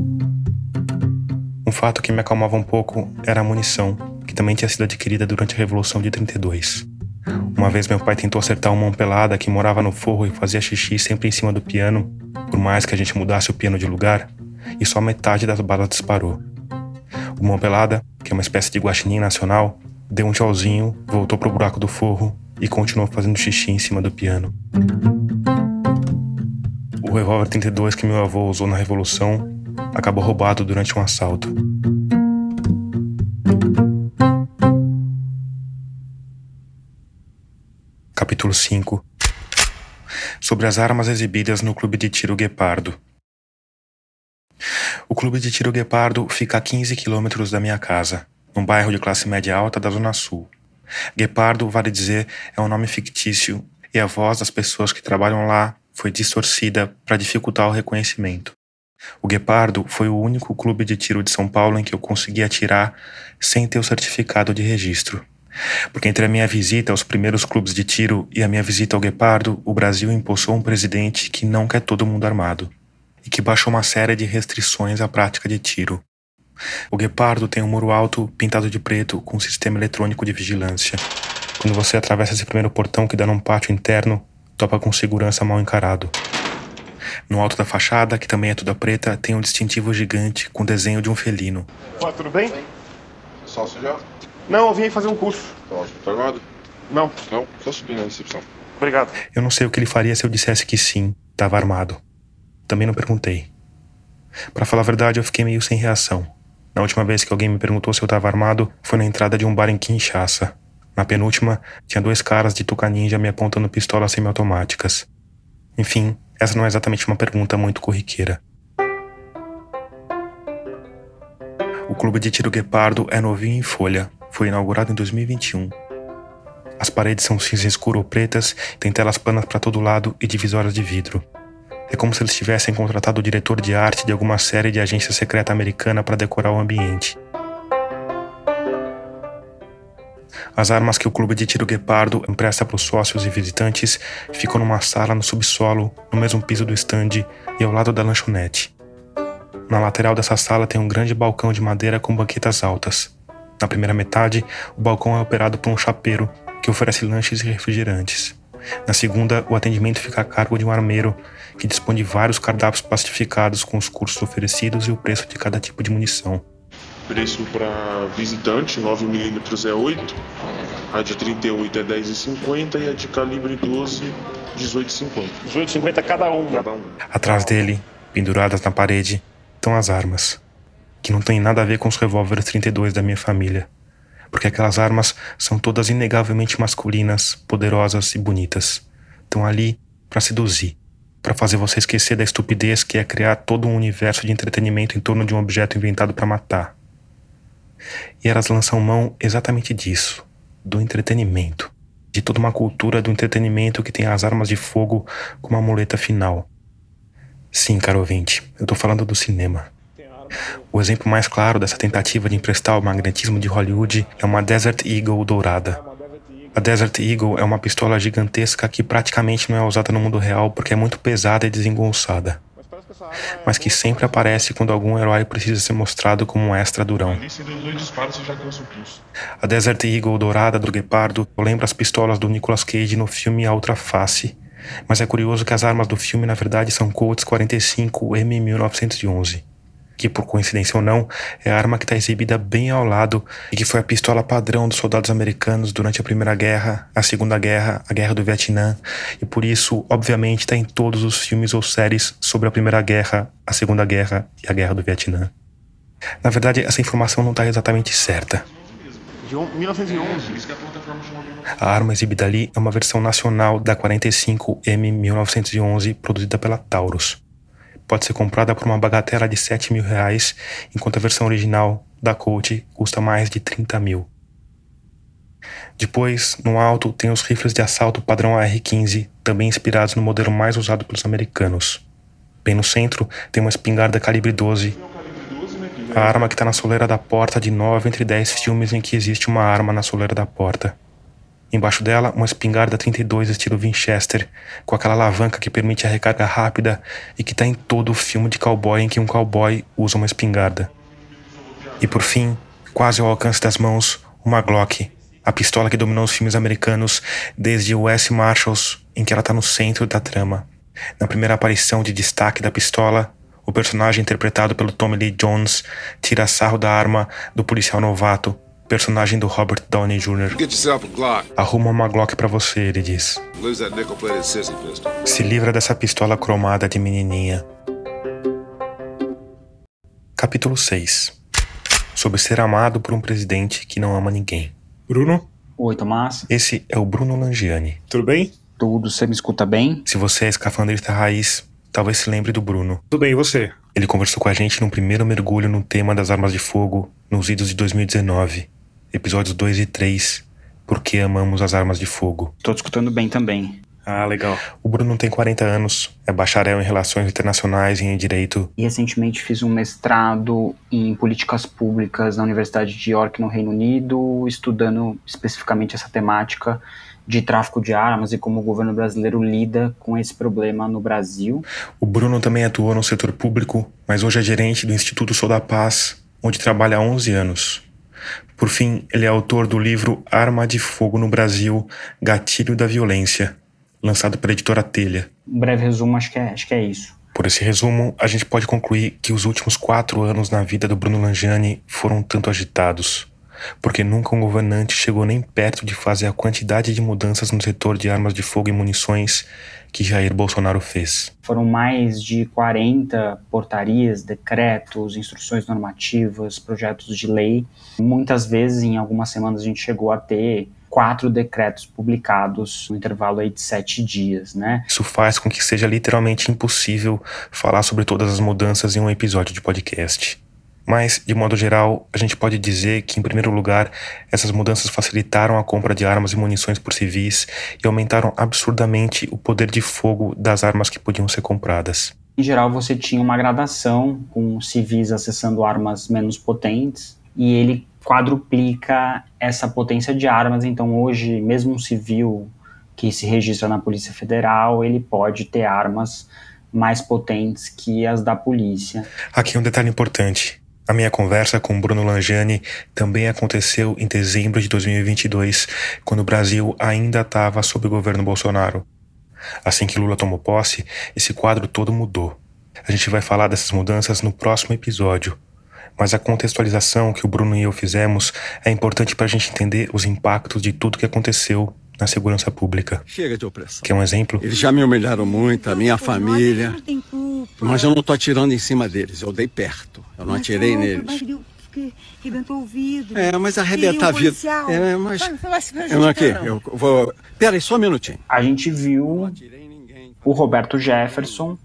Um fato que me acalmava um pouco era a munição, que também tinha sido adquirida durante a Revolução de trinta e dois. Uma vez meu pai tentou acertar uma mão pelada que morava no forro e fazia xixi sempre em cima do piano, por mais que a gente mudasse o piano de lugar, e só metade das balas disparou. O mão pelada, que é uma espécie de guaxinim nacional, deu um tchauzinho, voltou pro buraco do forro e continuou fazendo xixi em cima do piano. O revólver trinta e dois que meu avô usou na Revolução acabou roubado durante um assalto. Capítulo cinco. Sobre as armas exibidas no Clube de Tiro Guepardo. O Clube de Tiro Guepardo fica a quinze quilômetros da minha casa, num bairro de classe média alta da Zona Sul. Guepardo, vale dizer, é um nome fictício e a voz das pessoas que trabalham lá foi distorcida para dificultar o reconhecimento. O Guepardo foi o único clube de tiro de São Paulo em que eu consegui atirar sem ter o certificado de registro. Porque entre a minha visita aos primeiros clubes de tiro e a minha visita ao Guepardo, o Brasil impulsou um presidente que não quer todo mundo armado e que baixou uma série de restrições à prática de tiro. O Guepardo tem um muro alto pintado de preto com um sistema eletrônico de vigilância. Quando você atravessa esse primeiro portão que dá num pátio interno, topa com segurança mal encarado. No alto da fachada, que também é toda preta, tem um distintivo gigante com desenho de um felino. Pô, tudo bem? Sócio já? Não, eu vim fazer um curso. Tá armado? Não. Não? Só subir na recepção. Obrigado. Eu não sei o que ele faria se eu dissesse que sim, estava armado. Também não perguntei. Pra falar a verdade, eu fiquei meio sem reação. Na última vez que alguém me perguntou se eu estava armado, foi na entrada de um bar em Kinshasa. Na penúltima, tinha dois caras de Tuca Ninja me apontando pistolas semiautomáticas. Enfim, essa não é exatamente uma pergunta muito corriqueira. O Clube de Tiro Guepardo é novinho em folha. Foi inaugurado em dois mil e vinte e um. As paredes são cinza escuro ou pretas, tem telas planas para todo lado e divisórias de vidro. É como se eles tivessem contratado o diretor de arte de alguma série de agência secreta americana para decorar o ambiente. As armas que o Clube de Tiro Guepardo empresta para os sócios e visitantes ficam numa sala no subsolo, no mesmo piso do estande e ao lado da lanchonete. Na lateral dessa sala tem um grande balcão de madeira com banquetas altas. Na primeira metade, o balcão é operado por um chapeiro, que oferece lanches e refrigerantes. Na segunda, o atendimento fica a cargo de um armeiro, que dispõe de vários cardápios plastificados com os cursos oferecidos e o preço de cada tipo de munição. Preço para visitante, nove milímetros é oito, a de trinta e oito é dez reais e cinquenta e a de calibre doze, dezoito reais e cinquenta. dezoito reais e cinquenta cada um. Cada um. Atrás dele, penduradas na parede, estão as armas, que não tem nada a ver com os revólveres trinta e dois da minha família, porque aquelas armas são todas inegavelmente masculinas, poderosas e bonitas. Estão ali para seduzir, para fazer você esquecer da estupidez que é criar todo um universo de entretenimento em torno de um objeto inventado para matar. E elas lançam mão exatamente disso, do entretenimento, de toda uma cultura do entretenimento que tem as armas de fogo como uma muleta final. Sim, caro ouvinte, eu tô falando do cinema. O exemplo mais claro dessa tentativa de emprestar o magnetismo de Hollywood é uma Desert Eagle dourada. A Desert Eagle é uma pistola gigantesca que praticamente não é usada no mundo real porque é muito pesada e desengonçada. mas que sempre aparece quando algum herói precisa ser mostrado como um extra durão. A Desert Eagle dourada do Guepardo lembra as pistolas do Nicolas Cage no filme A Outra Face, mas é curioso que as armas do filme na verdade são Colts quarenta e cinco M mil novecentos e onze. Que, por coincidência ou não, é a arma que está exibida bem ao lado e que foi a pistola padrão dos soldados americanos durante a Primeira Guerra, a Segunda Guerra, a Guerra do Vietnã, e por isso, obviamente, está em todos os filmes ou séries sobre a Primeira Guerra, a Segunda Guerra e a Guerra do Vietnã. Na verdade, essa informação não está exatamente certa. De mil novecentos e onze. A arma exibida ali é uma versão nacional da quarenta e cinco M mil novecentos e onze, produzida pela Taurus. Pode ser comprada por uma bagatela de sete mil reais, enquanto a versão original da Colt custa mais de trinta mil. Depois, no alto, tem os rifles de assalto padrão A R quinze, também inspirados no modelo mais usado pelos americanos. Bem no centro, tem uma espingarda calibre doze, a arma que está na soleira da porta de nove entre dez filmes em que existe uma arma na soleira da porta. Embaixo dela, uma espingarda trinta e dois estilo Winchester, com aquela alavanca que permite a recarga rápida e que está em todo o filme de cowboy em que um cowboy usa uma espingarda. E por fim, quase ao alcance das mãos, uma Glock, a pistola que dominou os filmes americanos desde o S. Marshalls, em que ela está no centro da trama. Na primeira aparição de destaque da pistola, o personagem interpretado pelo Tommy Lee Jones tira sarro da arma do policial novato, personagem do Robert Downey Júnior Arruma uma Glock pra você, ele diz. Se livra dessa pistola cromada de menininha. Capítulo seis. Sobre ser amado por um presidente que não ama ninguém. Bruno? Oi, Tomás. Esse é o Bruno Langiani. Tudo bem? Tudo, você me escuta bem? Se você é escafandrista raiz, talvez se lembre do Bruno. Tudo bem, e você? Ele conversou com a gente num primeiro mergulho no tema das armas de fogo nos idos de dois mil e dezenove. Episódios dois e três, Por que amamos as armas de fogo. Tô te escutando bem também. Ah, legal. O Bruno tem quarenta anos, é bacharel em Relações Internacionais e em Direito. E recentemente fiz um mestrado em Políticas Públicas na Universidade de York, no Reino Unido, estudando especificamente essa temática de tráfico de armas e como o governo brasileiro lida com esse problema no Brasil. O Bruno também atuou no setor público, mas hoje é gerente do Instituto Sou da Paz, onde trabalha há onze anos. Por fim, ele é autor do livro Arma de Fogo no Brasil, Gatilho da Violência, lançado pela editora Telha. Um breve resumo, acho que é, acho que é isso. Por esse resumo, a gente pode concluir que os últimos quatro anos na vida do Bruno Langiani foram tanto agitados, porque nunca um governante chegou nem perto de fazer a quantidade de mudanças no setor de armas de fogo e munições que Jair Bolsonaro fez. Foram mais de quarenta portarias, decretos, instruções normativas, projetos de lei. Muitas vezes, em algumas semanas, a gente chegou a ter quatro decretos publicados no intervalo aí de sete dias, né? Isso faz com que seja literalmente impossível falar sobre todas as mudanças em um episódio de podcast. Mas, de modo geral, a gente pode dizer que, em primeiro lugar, essas mudanças facilitaram a compra de armas e munições por civis e aumentaram absurdamente o poder de fogo das armas que podiam ser compradas. Em geral, você tinha uma gradação, com civis acessando armas menos potentes, e ele quadruplica essa potência de armas. Então, hoje, mesmo um civil que se registra na Polícia Federal, ele pode ter armas mais potentes que as da polícia. Aqui um detalhe importante. A minha conversa com Bruno Langiani também aconteceu em dezembro de dois mil e vinte e dois, quando o Brasil ainda estava sob o governo Bolsonaro. Assim que Lula tomou posse, esse quadro todo mudou. A gente vai falar dessas mudanças no próximo episódio, mas a contextualização que o Bruno e eu fizemos é importante para a gente entender os impactos de tudo que aconteceu na segurança pública. Chega de opressão. Quer um exemplo? Eles já me humilharam muito, a minha família. Mas eu não tô atirando em cima deles, eu dei perto. Eu não atirei neles. Arrebentou o vidro. É, mas arrebentar vidro. É, mas. Eu não aqui, eu vou. Pera aí, só um minutinho. A gente viu o Roberto Jefferson.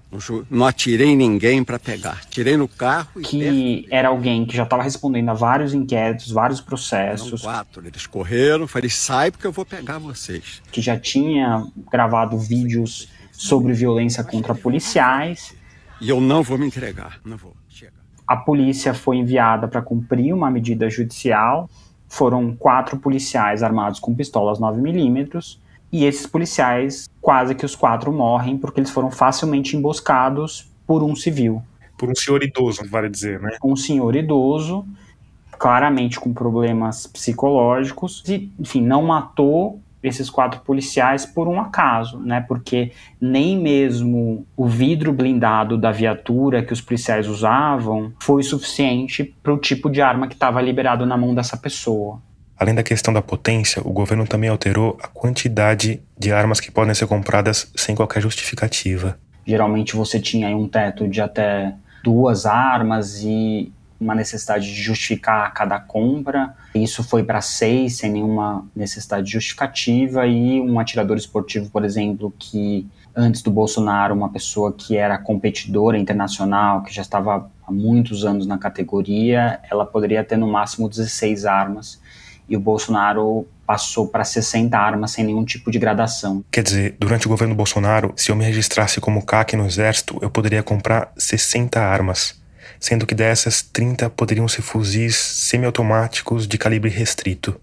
Não atirei ninguém para pegar. Tirei no carro. Que era alguém que já estava respondendo a vários inquéritos, vários processos. Eram quatro, eles correram. Falei, sai porque eu vou pegar vocês. Que já tinha gravado vídeos sobre violência contra policiais. E eu não vou me entregar. Não vou. Chega. A polícia foi enviada para cumprir uma medida judicial. Foram quatro policiais armados com pistolas nove milímetros. E esses policiais, quase que os quatro morrem, porque eles foram facilmente emboscados por um civil. Por um senhor idoso, vale dizer, né? Um senhor idoso, claramente com problemas psicológicos, e, enfim, não matou esses quatro policiais por um acaso, né? Porque nem mesmo o vidro blindado da viatura que os policiais usavam foi suficiente para o tipo de arma que estava liberado na mão dessa pessoa. Além da questão da potência, o governo também alterou a quantidade de armas que podem ser compradas sem qualquer justificativa. Geralmente você tinha aí um teto de até duas armas e uma necessidade de justificar cada compra. Isso foi para seis, sem nenhuma necessidade justificativa, e um atirador esportivo, por exemplo, que antes do Bolsonaro, uma pessoa que era competidora internacional, que já estava há muitos anos na categoria, ela poderia ter no máximo dezesseis armas, e o Bolsonaro passou para sessenta armas sem nenhum tipo de gradação. Quer dizer, durante o governo Bolsonaro, se eu me registrasse como C A C no Exército, eu poderia comprar sessenta armas, sendo que dessas, trinta poderiam ser fuzis semiautomáticos de calibre restrito.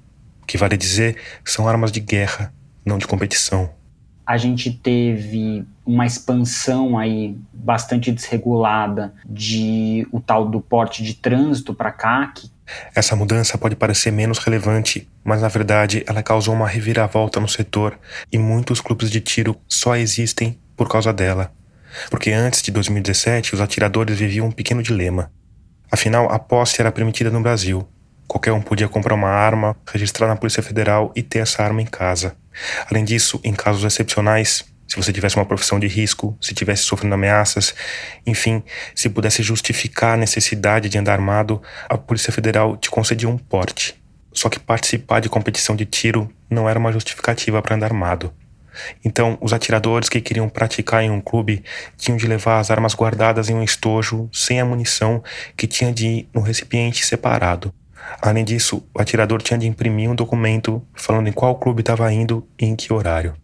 O que vale dizer, são armas de guerra, não de competição. A gente teve uma expansão aí bastante desregulada de o tal do porte de trânsito para C A C. Essa mudança pode parecer menos relevante, mas na verdade ela causou uma reviravolta no setor e muitos clubes de tiro só existem por causa dela. Porque antes de dois mil e dezessete, os atiradores viviam um pequeno dilema. Afinal, a posse era permitida no Brasil. Qualquer um podia comprar uma arma, registrar na Polícia Federal e ter essa arma em casa. Além disso, em casos excepcionais, se você tivesse uma profissão de risco, se tivesse sofrendo ameaças, enfim, se pudesse justificar a necessidade de andar armado, a Polícia Federal te concedia um porte. Só que participar de competição de tiro não era uma justificativa para andar armado. Então, os atiradores que queriam praticar em um clube tinham de levar as armas guardadas em um estojo, sem a munição, que tinha de ir no recipiente separado. Além disso, o atirador tinha de imprimir um documento falando em qual clube estava indo e em que horário.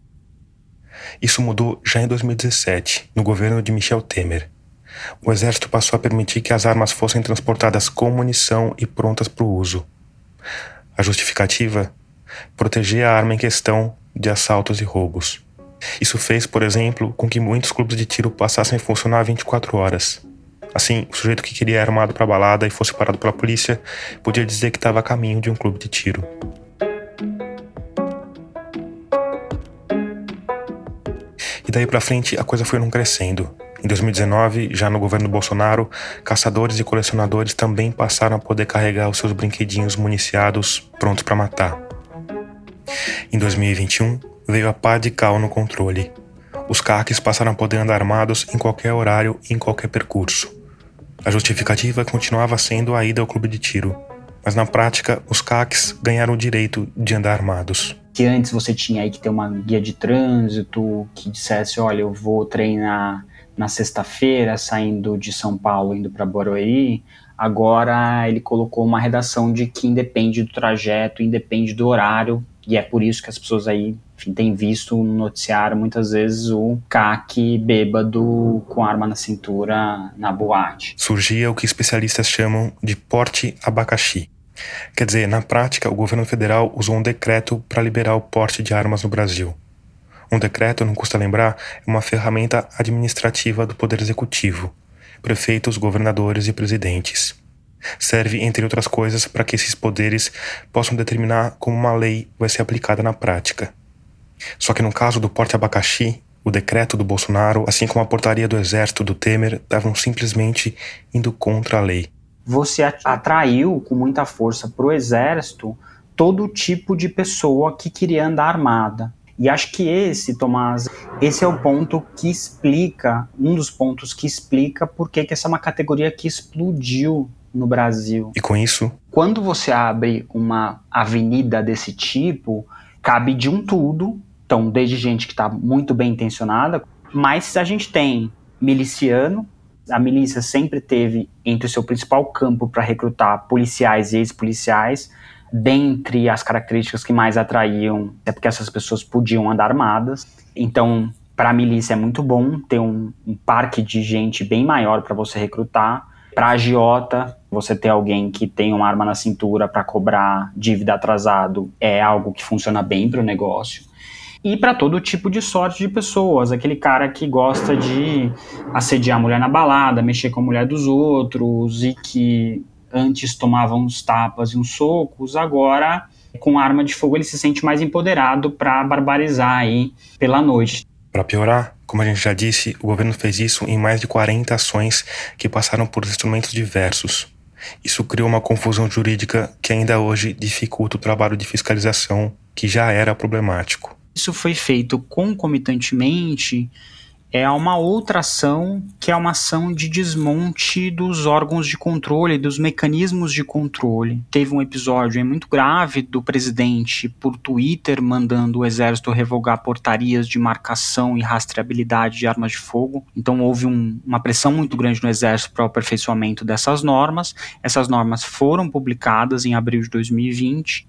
Isso mudou já em dois mil e dezessete, no governo de Michel Temer. O Exército passou a permitir que as armas fossem transportadas com munição e prontas para o uso. A justificativa? Proteger a arma em questão de assaltos e roubos. Isso fez, por exemplo, com que muitos clubes de tiro passassem a funcionar vinte e quatro horas. Assim, o sujeito que queria ir armado para a balada e fosse parado pela polícia podia dizer que estava a caminho de um clube de tiro. E daí pra frente a coisa foi não crescendo. Em dois mil e dezenove, já no governo Bolsonaro, caçadores e colecionadores também passaram a poder carregar os seus brinquedinhos municiados prontos para matar. Em dois mil e vinte e um, veio a pá de cal no controle. Os C A Cs passaram a poder andar armados em qualquer horário e em qualquer percurso. A justificativa continuava sendo a ida ao clube de tiro, mas na prática os C A Cs ganharam o direito de andar armados. Que antes você tinha aí que ter uma guia de trânsito que dissesse, olha, eu vou treinar na sexta-feira saindo de São Paulo indo para Barueri. Agora ele colocou uma redação de que independe do trajeto, independe do horário, e é por isso que as pessoas aí, enfim, têm visto no noticiário muitas vezes o C A C bêbado com arma na cintura na boate. Surgia o que especialistas chamam de porte abacaxi. Quer dizer, na prática, o governo federal usou um decreto para liberar o porte de armas no Brasil. Um decreto, não custa lembrar, é uma ferramenta administrativa do Poder Executivo, prefeitos, governadores e presidentes. Serve, entre outras coisas, para que esses poderes possam determinar como uma lei vai ser aplicada na prática. Só que no caso do porte abacaxi, o decreto do Bolsonaro, assim como a portaria do Exército do Temer, estavam simplesmente indo contra a lei. Você atraiu com muita força para o Exército todo tipo de pessoa que queria andar armada. E acho que esse, Tomás, esse é o ponto que explica, um dos pontos que explica por que essa é uma categoria que explodiu no Brasil. E com isso? Quando você abre uma avenida desse tipo, cabe de um tudo, então desde gente que está muito bem intencionada, mas a gente tem miliciano. A milícia sempre teve entre o seu principal campo para recrutar policiais e ex-policiais. Dentre as características que mais atraíam é porque essas pessoas podiam andar armadas. Então, para a milícia é muito bom ter um, um parque de gente bem maior para você recrutar. Para a agiota, você ter alguém que tem uma arma na cintura para cobrar dívida atrasado é algo que funciona bem para o negócio. E para todo tipo de sorte de pessoas, aquele cara que gosta de assediar a mulher na balada, mexer com a mulher dos outros e que antes tomava uns tapas e uns socos, agora com arma de fogo ele se sente mais empoderado para barbarizar aí pela noite. Para piorar, como a gente já disse, o governo fez isso em mais de quarenta ações que passaram por instrumentos diversos. Isso criou uma confusão jurídica que ainda hoje dificulta o trabalho de fiscalização, que já era problemático. Isso foi feito concomitantemente é uma outra ação, que é uma ação de desmonte dos órgãos de controle, dos mecanismos de controle. Teve um episódio muito grave do presidente por Twitter mandando o exército revogar portarias de marcação e rastreabilidade de armas de fogo. Então houve um, uma pressão muito grande no exército para o aperfeiçoamento dessas normas. Essas normas foram publicadas em abril de dois mil e vinte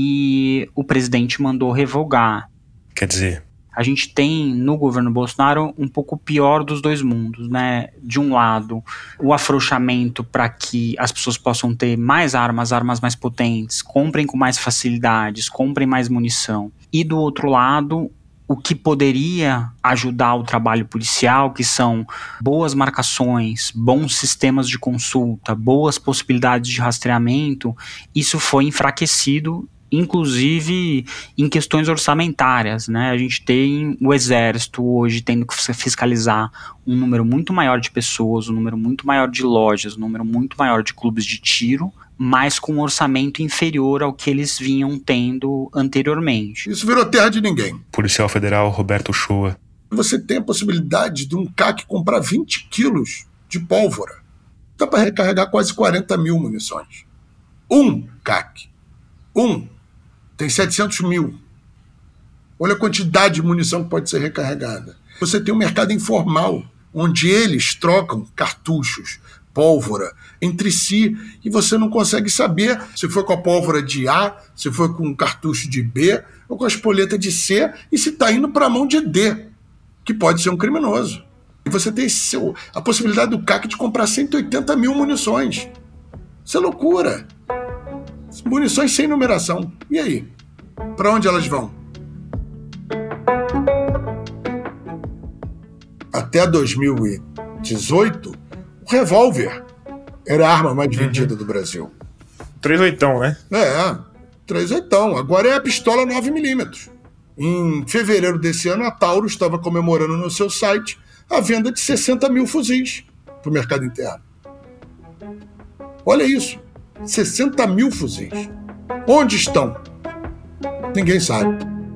e o presidente mandou revogar. Quer dizer, a gente tem no governo Bolsonaro um pouco pior dos dois mundos, né? De um lado, o afrouxamento para que as pessoas possam ter mais armas, armas mais potentes, comprem com mais facilidades, comprem mais munição. E do outro lado, o que poderia ajudar o trabalho policial, que são boas marcações, bons sistemas de consulta, boas possibilidades de rastreamento, isso foi enfraquecido, inclusive em questões orçamentárias, né? A gente tem o exército hoje tendo que fiscalizar um número muito maior de pessoas, um número muito maior de lojas, um número muito maior de clubes de tiro, mas com um orçamento inferior ao que eles vinham tendo anteriormente. Isso virou terra de ninguém. Policial Federal Roberto Shoa. Você tem a possibilidade de um C A C comprar vinte quilos de pólvora. Dá para recarregar quase quarenta mil munições. Um C A C. Um. Tem setecentos mil. Olha a quantidade de munição que pode ser recarregada. Você tem um mercado informal, onde eles trocam cartuchos, pólvora, entre si, e você não consegue saber se foi com a pólvora de A, se foi com um cartucho de B, ou com a espoleta de C, e se está indo para a mão de D, que pode ser um criminoso. E você tem seu, a possibilidade do C A C de comprar cento e oitenta mil munições. Isso é loucura. Munições sem numeração. E aí? Para onde elas vão? Até dois mil e dezoito, o revólver era a arma mais vendida do Brasil. três oitão, né? É, três oitão. Agora é a pistola nove milímetros. Em fevereiro desse ano, a Tauro estava comemorando no seu site a venda de sessenta mil fuzis para o mercado interno. Olha isso. sessenta mil fuzis. Onde estão? Ninguém sabe.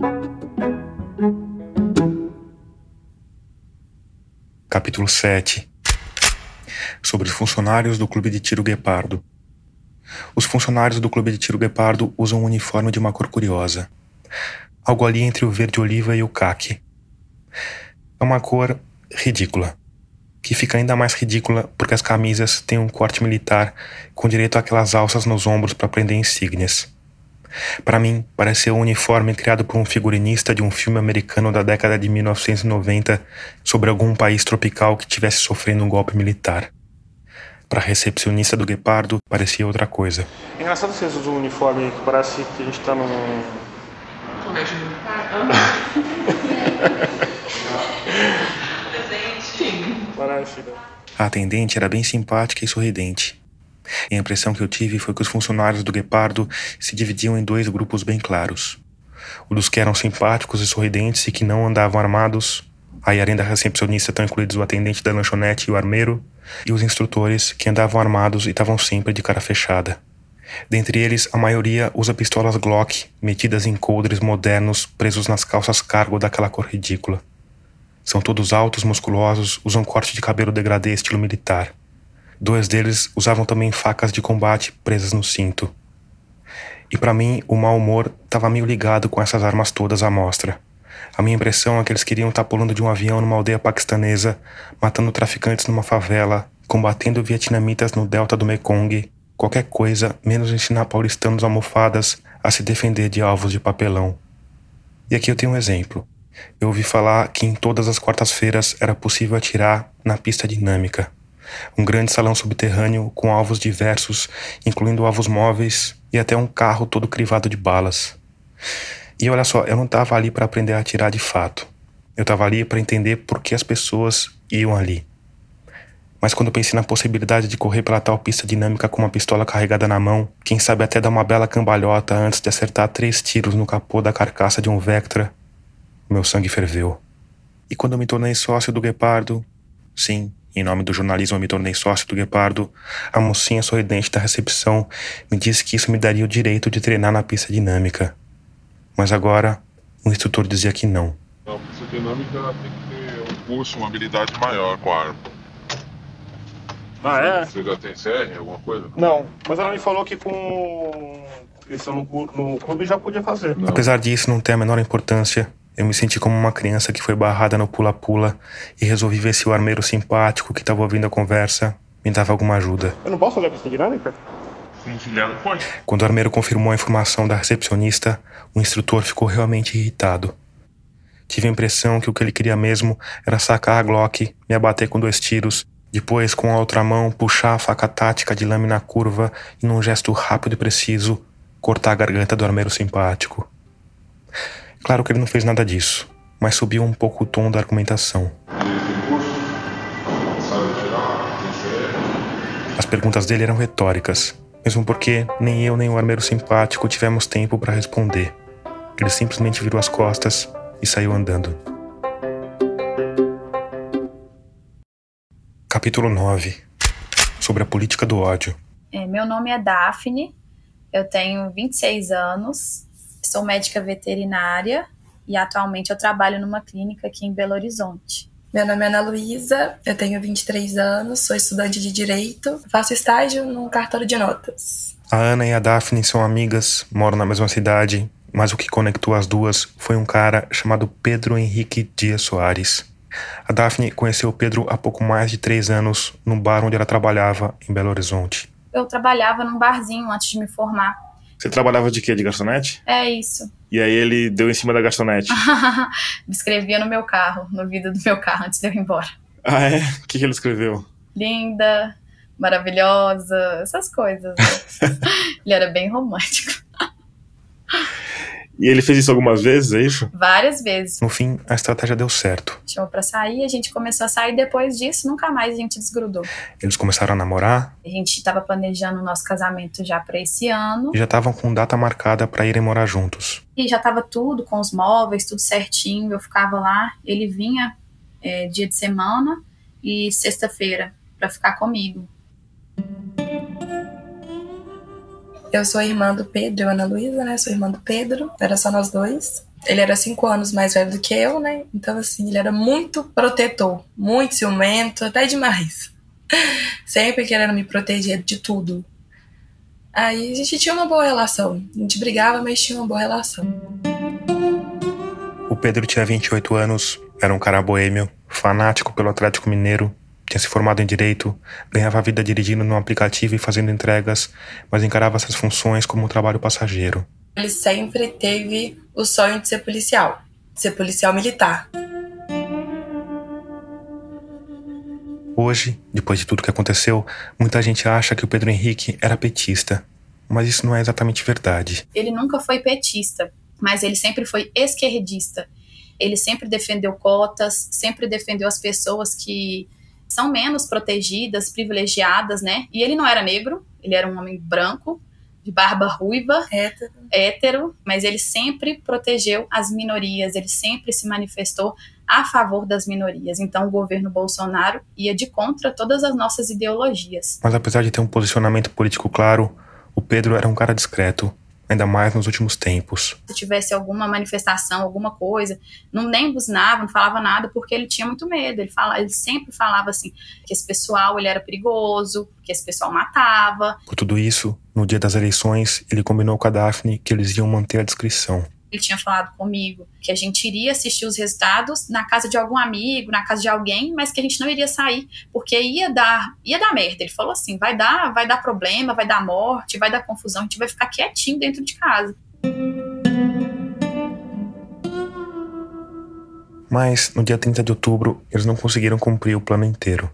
Capítulo sete. Sobre os funcionários do Clube de Tiro Guepardo. Os funcionários do Clube de Tiro Guepardo usam um uniforme de uma cor curiosa. Algo ali entre o verde oliva e o caque. É uma cor ridícula, que fica ainda mais ridícula porque as camisas têm um corte militar com direito àquelas alças nos ombros para prender insígnias. Para mim, pareceu um uniforme criado por um figurinista de um filme americano da década de mil novecentos e noventa sobre algum país tropical que estivesse sofrendo um golpe militar. Para a recepcionista do Guepardo, parecia outra coisa. É engraçado vocês usam um uniforme que parece que a gente tá num... Colégio militar? Parece, né? A atendente era bem simpática e sorridente. E a impressão que eu tive foi que os funcionários do Guepardo se dividiam em dois grupos bem claros. O dos que eram simpáticos e sorridentes e que não andavam armados, aí além da recepcionista estão incluídos o atendente da lanchonete e o armeiro, e os instrutores que andavam armados e estavam sempre de cara fechada. Dentre eles, a maioria usa pistolas Glock metidas em coldres modernos presos nas calças cargo daquela cor ridícula. São todos altos, musculosos, usam corte de cabelo degradê estilo militar. Dois deles usavam também facas de combate presas no cinto. E para mim, o mau humor estava meio ligado com essas armas todas à mostra. A minha impressão é que eles queriam estar pulando de um avião numa aldeia paquistanesa, matando traficantes numa favela, combatendo vietnamitas no delta do Mekong, qualquer coisa menos ensinar paulistanos almofadas a se defender de alvos de papelão. E aqui eu tenho um exemplo. Eu ouvi falar que em todas as quartas-feiras era possível atirar na pista dinâmica. Um grande salão subterrâneo com alvos diversos, incluindo alvos móveis e até um carro todo crivado de balas. E olha só, eu não tava ali para aprender a atirar de fato. Eu tava ali para entender por que as pessoas iam ali. Mas quando eu pensei na possibilidade de correr pela tal pista dinâmica com uma pistola carregada na mão, quem sabe até dar uma bela cambalhota antes de acertar três tiros no capô da carcaça de um Vectra, meu sangue ferveu. E quando eu me tornei sócio do Guepardo, sim, em nome do jornalismo eu me tornei sócio do Guepardo, a mocinha sorridente da recepção me disse que isso me daria o direito de treinar na pista dinâmica. Mas agora, o instrutor dizia que não. Na pista dinâmica tem que ter um curso, uma habilidade maior com a arma. Ah, é? Você já tem C R, alguma coisa? Não, mas ela me falou que com inscrição no, no clube já podia fazer. Não. Apesar disso não ter a menor importância, eu me senti como uma criança que foi barrada no pula-pula e resolvi ver se o armeiro simpático que estava ouvindo a conversa me dava alguma ajuda. Eu não posso fazer a pista dinâmica? Sim, filhado, pode. Quando o armeiro confirmou a informação da recepcionista, o instrutor ficou realmente irritado. Tive a impressão que o que ele queria mesmo era sacar a Glock, me abater com dois tiros, depois, com a outra mão, puxar a faca tática de lâmina curva e, num gesto rápido e preciso, cortar a garganta do armeiro simpático. Claro que ele não fez nada disso, mas subiu um pouco o tom da argumentação. As perguntas dele eram retóricas, mesmo porque nem eu nem o armeiro simpático tivemos tempo para responder. Ele simplesmente virou as costas e saiu andando. Capítulo nove. Sobre a política do ódio. É, meu nome é Daphne, eu tenho vinte e seis anos, sou médica veterinária e atualmente eu trabalho numa clínica aqui em Belo Horizonte. Meu nome é Ana Luísa, eu tenho vinte e três anos, sou estudante de Direito, faço estágio num cartório de notas. A Ana e a Daphne são amigas, moram na mesma cidade, mas o que conectou as duas foi um cara chamado Pedro Henrique Dias Soares. A Daphne conheceu o Pedro há pouco mais de três anos, num bar onde ela trabalhava, em Belo Horizonte. Eu trabalhava num barzinho antes de me formar. Você trabalhava de quê? De garçonete? É isso. E aí ele deu em cima da garçonete? Me escrevia no meu carro, no vidro do meu carro, antes de eu ir embora. Ah, é? O que, que ele escreveu? Linda, maravilhosa, essas coisas. Ele era bem romântico. E ele fez isso algumas vezes, é isso? Várias vezes. No fim, a estratégia deu certo. Chamou pra sair, a gente começou a sair, depois disso, nunca mais a gente desgrudou. Eles começaram a namorar. A gente tava planejando o nosso casamento já pra esse ano. E já estavam com data marcada pra irem morar juntos. E já tava tudo, com os móveis, tudo certinho, eu ficava lá, ele vinha é, dia de semana e sexta-feira pra ficar comigo. Eu sou irmã do Pedro, eu, Ana Luísa, né? Sou irmã do Pedro, era só nós dois. Ele era cinco anos mais velho do que eu, né? Então, assim, ele era muito protetor, muito ciumento, até demais. Sempre querendo me proteger de tudo. Aí a gente tinha uma boa relação. A gente brigava, mas tinha uma boa relação. O Pedro tinha vinte e oito anos, era um cara boêmio, fanático pelo Atlético Mineiro. Tinha se formado em Direito, ganhava a vida dirigindo num aplicativo e fazendo entregas, mas encarava essas funções como um trabalho passageiro. Ele sempre teve o sonho de ser policial, de ser policial militar. Hoje, depois de tudo que aconteceu, muita gente acha que o Pedro Henrique era petista, mas isso não é exatamente verdade. Ele nunca foi petista, mas ele sempre foi esquerdista. Ele sempre defendeu cotas, sempre defendeu as pessoas que são menos protegidas, privilegiadas, né? E ele não era negro, ele era um homem branco, de barba ruiva, hétero. hétero, mas ele sempre protegeu as minorias, ele sempre se manifestou a favor das minorias. Então o governo Bolsonaro ia de contra todas as nossas ideologias. Mas apesar de ter um posicionamento político claro, o Pedro era um cara discreto, ainda mais nos últimos tempos. Se tivesse alguma manifestação, alguma coisa, não nem buzinava, não falava nada, porque ele tinha muito medo. Ele, fala, ele sempre falava assim, que esse pessoal ele era perigoso, que esse pessoal matava. Por tudo isso, no dia das eleições, ele combinou com a Daphne que eles iam manter a discrição. Ele tinha falado comigo que a gente iria assistir os resultados na casa de algum amigo, na casa de alguém, mas que a gente não iria sair, porque ia dar, ia dar merda. Ele falou assim, vai dar, vai dar problema, vai dar morte, vai dar confusão, a gente vai ficar quietinho dentro de casa. Mas, no dia trinta de outubro, eles não conseguiram cumprir o plano inteiro.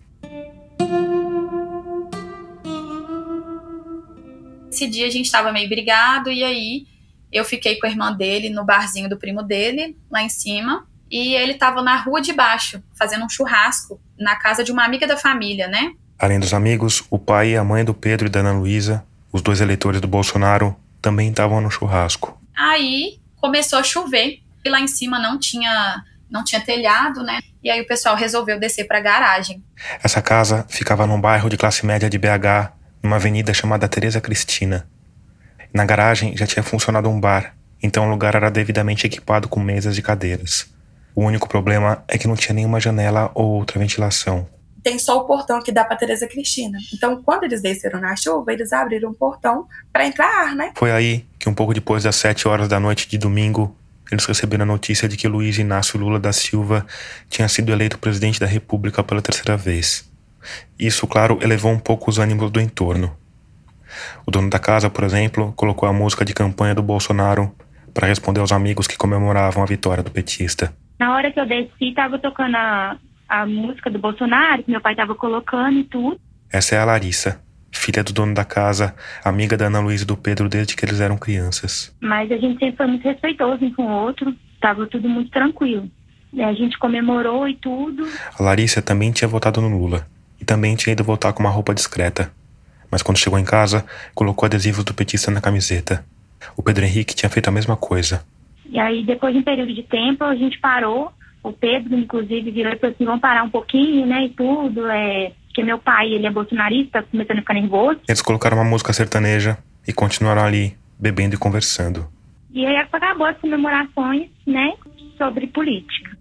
Esse dia a gente estava meio brigado, e aí Eu fiquei com a irmã dele no barzinho do primo dele, lá em cima, e ele estava na rua de baixo, fazendo um churrasco, na casa de uma amiga da família, né? Além dos amigos, o pai e a mãe do Pedro e da Ana Luísa, os dois eleitores do Bolsonaro, também estavam no churrasco. Aí começou a chover, e lá em cima não tinha, não tinha telhado, né? E aí o pessoal resolveu descer para a garagem. Essa casa ficava num bairro de classe média de B H, numa avenida chamada Tereza Cristina. Na garagem já tinha funcionado um bar, então o lugar era devidamente equipado com mesas e cadeiras. O único problema é que não tinha nenhuma janela ou outra ventilação. Tem só o portão que dá pra Tereza Cristina. Então, quando eles desceram na chuva, eles abriram o portão pra entrar ar, né? Foi aí que, um pouco depois das sete horas da noite de domingo, eles receberam a notícia de que Luiz Inácio Lula da Silva tinha sido eleito presidente da República pela terceira vez. Isso, claro, elevou um pouco os ânimos do entorno. O dono da casa, por exemplo, colocou a música de campanha do Bolsonaro para responder aos amigos que comemoravam a vitória do petista. Na hora que eu desci, tava tocando a, a música do Bolsonaro, que meu pai tava colocando e tudo. Essa é a Larissa, filha do dono da casa, amiga da Ana Luísa e do Pedro desde que eles eram crianças. Mas a gente sempre foi muito respeitoso um com o outro, tava tudo muito tranquilo. A gente comemorou e tudo. A Larissa também tinha votado no Lula e também tinha ido votar com uma roupa discreta. Mas quando chegou em casa, colocou adesivos do petista na camiseta. O Pedro Henrique tinha feito a mesma coisa. E aí, depois de um período de tempo, a gente parou. O Pedro, inclusive, virou e falou assim, vamos parar um pouquinho, né, e tudo. É... Porque meu pai, ele é bolsonarista, tá começando a ficar nervoso. Eles colocaram uma música sertaneja e continuaram ali, bebendo e conversando. E aí acabou as comemorações, né, sobre política.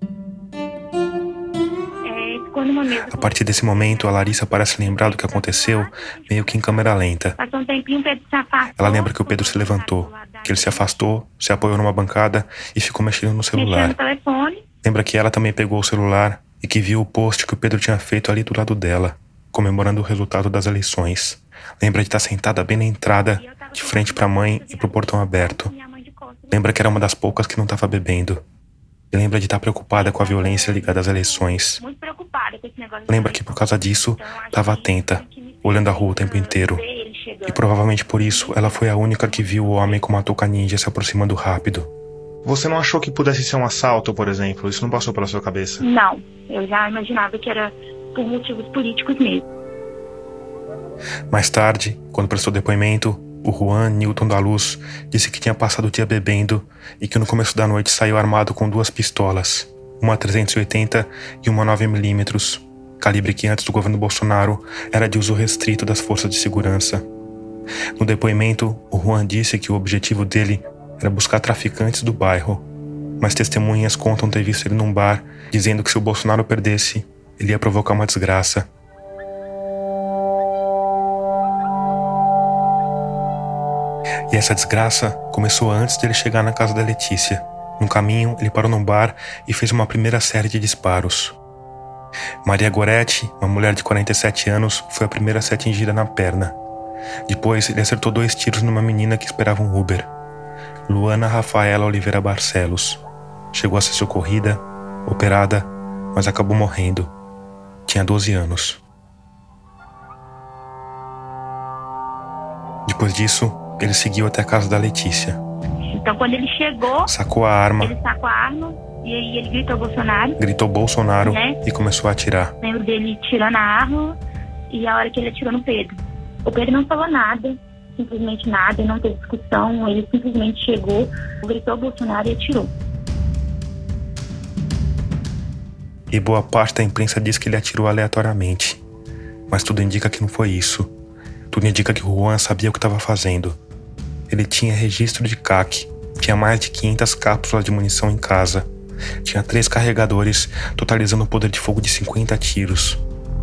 A partir desse momento, a Larissa parece lembrar do que aconteceu, meio que em câmera lenta. Passou um tempinho, o Pedro se afastou. Ela lembra que o Pedro se levantou, que ele se afastou, se apoiou numa bancada e ficou mexendo no celular. Mexendo no telefone. Lembra que ela também pegou o celular e que viu o post que o Pedro tinha feito ali do lado dela, comemorando o resultado das eleições. Lembra de estar sentada bem na entrada, de frente para a mãe e pro portão aberto. Lembra que era uma das poucas que não estava bebendo. E lembra de estar preocupada com a violência ligada às eleições. Muito preocupada com esse negócio. Lembra que por causa disso, estava atenta, olhando a rua o tempo inteiro. E provavelmente por isso, ela foi a única que viu o homem com uma touca ninja se aproximando rápido. Você não achou que pudesse ser um assalto, por exemplo? Isso não passou pela sua cabeça? Não, eu já imaginava que era por motivos políticos mesmo. Mais tarde, quando prestou depoimento, o Juan Newton da Luz disse que tinha passado o dia bebendo e que no começo da noite saiu armado com duas pistolas, uma trezentos e oitenta e uma nove milímetros, calibre que antes do governo Bolsonaro era de uso restrito das forças de segurança. No depoimento, o Juan disse que o objetivo dele era buscar traficantes do bairro, mas testemunhas contam ter visto ele num bar, dizendo que se o Bolsonaro perdesse, ele ia provocar uma desgraça. E essa desgraça começou antes de ele chegar na casa da Letícia. No caminho, ele parou num bar e fez uma primeira série de disparos. Maria Goretti, uma mulher de quarenta e sete anos, foi a primeira a ser atingida na perna. Depois, ele acertou dois tiros numa menina que esperava um Uber. Luana Rafaela Oliveira Barcelos. Chegou a ser socorrida, operada, mas acabou morrendo. Tinha doze anos. Depois disso, ele seguiu até a casa da Letícia. Então, quando ele chegou, sacou a arma. Ele sacou a arma e aí ele gritou Bolsonaro. Gritou Bolsonaro, né? E começou a atirar. Lembro dele tirando a arma e a hora que ele atirou no Pedro. O Pedro não falou nada, simplesmente nada, não teve discussão. Ele simplesmente chegou, gritou Bolsonaro e atirou. E boa parte da imprensa diz que ele atirou aleatoriamente. Mas tudo indica que não foi isso. Tudo indica que o Juan sabia o que estava fazendo. Ele tinha registro de C A C, tinha mais de quinhentas cápsulas de munição em casa, tinha três carregadores, totalizando um poder de fogo de cinquenta tiros.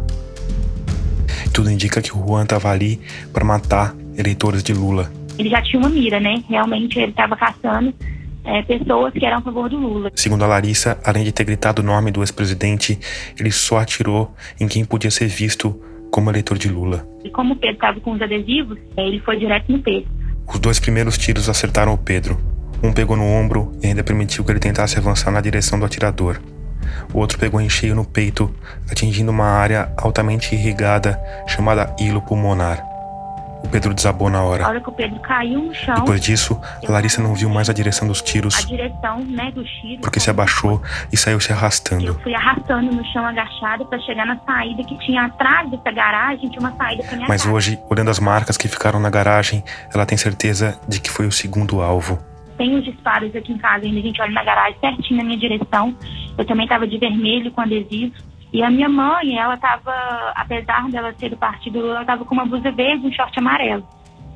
Tudo indica que o Juan estava ali para matar eleitores de Lula. Ele já tinha uma mira, né? Realmente ele estava caçando é, pessoas que eram a favor do Lula. Segundo a Larissa, além de ter gritado o nome do ex-presidente, ele só atirou em quem podia ser visto como eleitor de Lula. E como o Pedro estava com os adesivos, ele foi direto no Pedro. Os dois primeiros tiros acertaram o Pedro. Um pegou no ombro e ainda permitiu que ele tentasse avançar na direção do atirador. O outro pegou em cheio no peito, atingindo uma área altamente irrigada chamada hilo pulmonar. O Pedro desabou na A hora. hora que o Pedro caiu no chão... Depois disso, a Larissa não viu mais a direção dos A tiros, direção, né, dos tiros... porque se abaixou e saiu se arrastando. Eu fui arrastando no chão agachada pra chegar na saída que tinha atrás dessa garagem, tinha uma saída pra minha Mas casa. hoje, olhando as marcas que ficaram na garagem, ela tem certeza de que foi o segundo alvo. Tem os disparos aqui em casa, ainda a gente olha na garagem certinho na minha direção. Eu também tava de vermelho com adesivo. E a minha mãe, ela tava, apesar dela ser do partido Lula, ela tava com uma blusa verde e um short amarelo.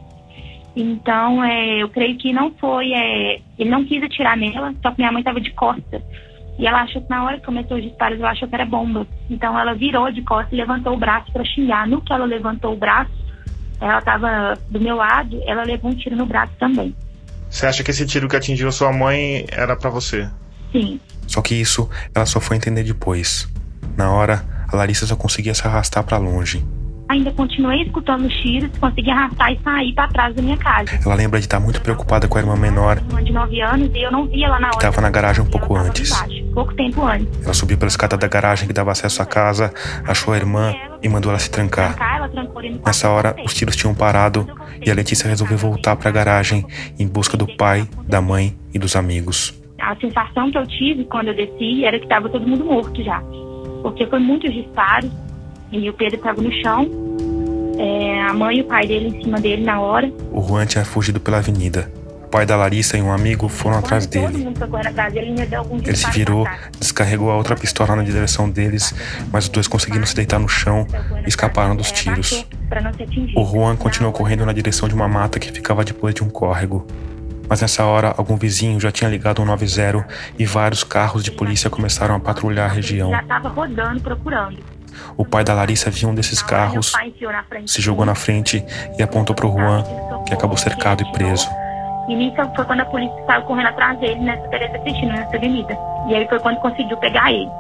Então, é, eu creio que não foi... É, ele não quis atirar nela, só que minha mãe tava de costas. E ela achou que na hora que começou os disparos, ela achou que era bomba. Então, ela virou de costas e levantou o braço pra xingar. No que ela levantou o braço, ela tava do meu lado, ela levou um tiro no braço também. Você acha que esse tiro que atingiu a sua mãe era pra você? Sim. Só que isso ela só foi entender depois. Na hora, a Larissa só conseguia se arrastar pra longe. Ainda continuei escutando os tiros, consegui arrastar e sair pra trás da minha casa. Ela lembra de estar muito preocupada com a irmã menor, Uma de nove anos, e eu não via ela na hora. que estava na garagem um pouco antes. Embaixo, pouco tempo antes. Ela subiu pela escada da garagem que dava acesso à casa, achou a irmã e mandou ela se trancar. Ela trancou ele no Nessa hora, os tiros tinham parado e a Letícia resolveu voltar pra garagem em busca do pai, da mãe e dos amigos. A sensação que eu tive quando eu desci era que estava todo mundo morto já. Porque foi muitos disparos e o Pedro estava no chão, é, a mãe e o pai dele em cima dele na hora. O Juan tinha fugido pela avenida. O pai da Larissa e um amigo foram atrás Todo dele. mundo foi correndo atrás dele, ele me deu algum Ele se virou, descarregou a outra pistola na direção deles, mas os dois conseguiram se deitar no chão e escaparam dos tiros. para não ser atingido. O Juan continuou correndo na direção de uma mata que ficava depois de um córrego. Mas nessa hora, algum vizinho já tinha ligado um nove zero e vários carros de polícia começaram a patrulhar a região. Já estava rodando, procurando. O pai da Larissa viu um desses carros, se jogou na frente e apontou para o Juan, que acabou cercado e preso. E nisso foi quando a polícia saiu correndo atrás dele nessa Teresa Cristina, nessa avenida. E aí foi quando conseguiu pegar ele.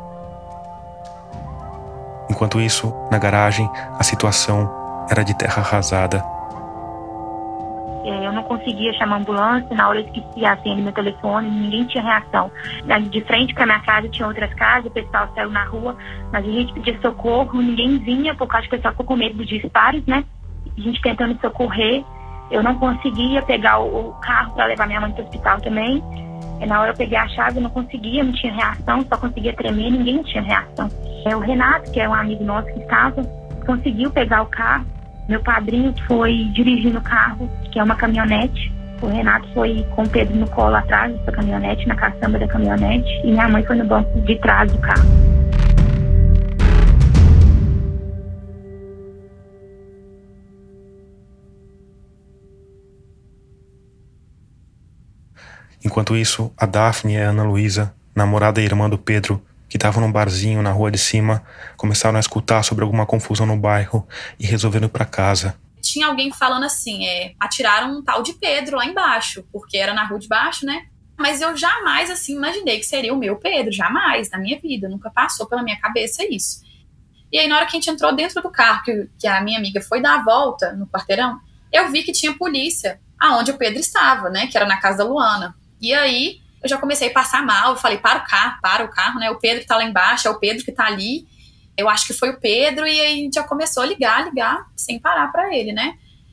Enquanto isso, na garagem, a situação era de terra arrasada. Eu não conseguia chamar a ambulância, na hora eu esqueci a senha do meu telefone, ninguém tinha reação. De frente para minha casa tinha outras casas, o pessoal saiu na rua, mas a gente pedia socorro, ninguém vinha, por causa que o pessoal ficou com medo dos disparos, né? A gente tentando socorrer, eu não conseguia pegar o, o carro para levar minha mãe para o hospital também. E na hora eu peguei a chave, eu não conseguia, não tinha reação, só conseguia tremer, ninguém tinha reação. O Renato, que é um amigo nosso que estava, conseguiu pegar o carro. Meu padrinho foi dirigindo o carro, que é uma caminhonete. O Renato foi com o Pedro no colo atrás dessa caminhonete, na caçamba da caminhonete. E minha mãe foi no banco de trás do carro. Enquanto isso, a Daphne e a Ana Luísa, namorada e irmã do Pedro, que estavam num barzinho na rua de cima, começaram a escutar sobre alguma confusão no bairro e resolveram ir pra casa. Tinha alguém falando assim, é, atiraram um tal de Pedro lá embaixo, porque era na rua de baixo, né? Mas eu jamais, assim, imaginei que seria o meu Pedro, jamais, na minha vida, nunca passou pela minha cabeça isso. E aí, na hora que a gente entrou dentro do carro, que, que a minha amiga foi dar a volta no quarteirão, eu vi que tinha polícia aonde o Pedro estava, né? Que era na casa da Luana. E aí, eu já comecei a passar mal, eu falei, para o carro, para o carro, né? O Pedro tá lá embaixo, é o Pedro que tá ali. Eu acho que foi o Pedro, e aí a gente já começou a ligar, ligar, sem parar pra ele, né?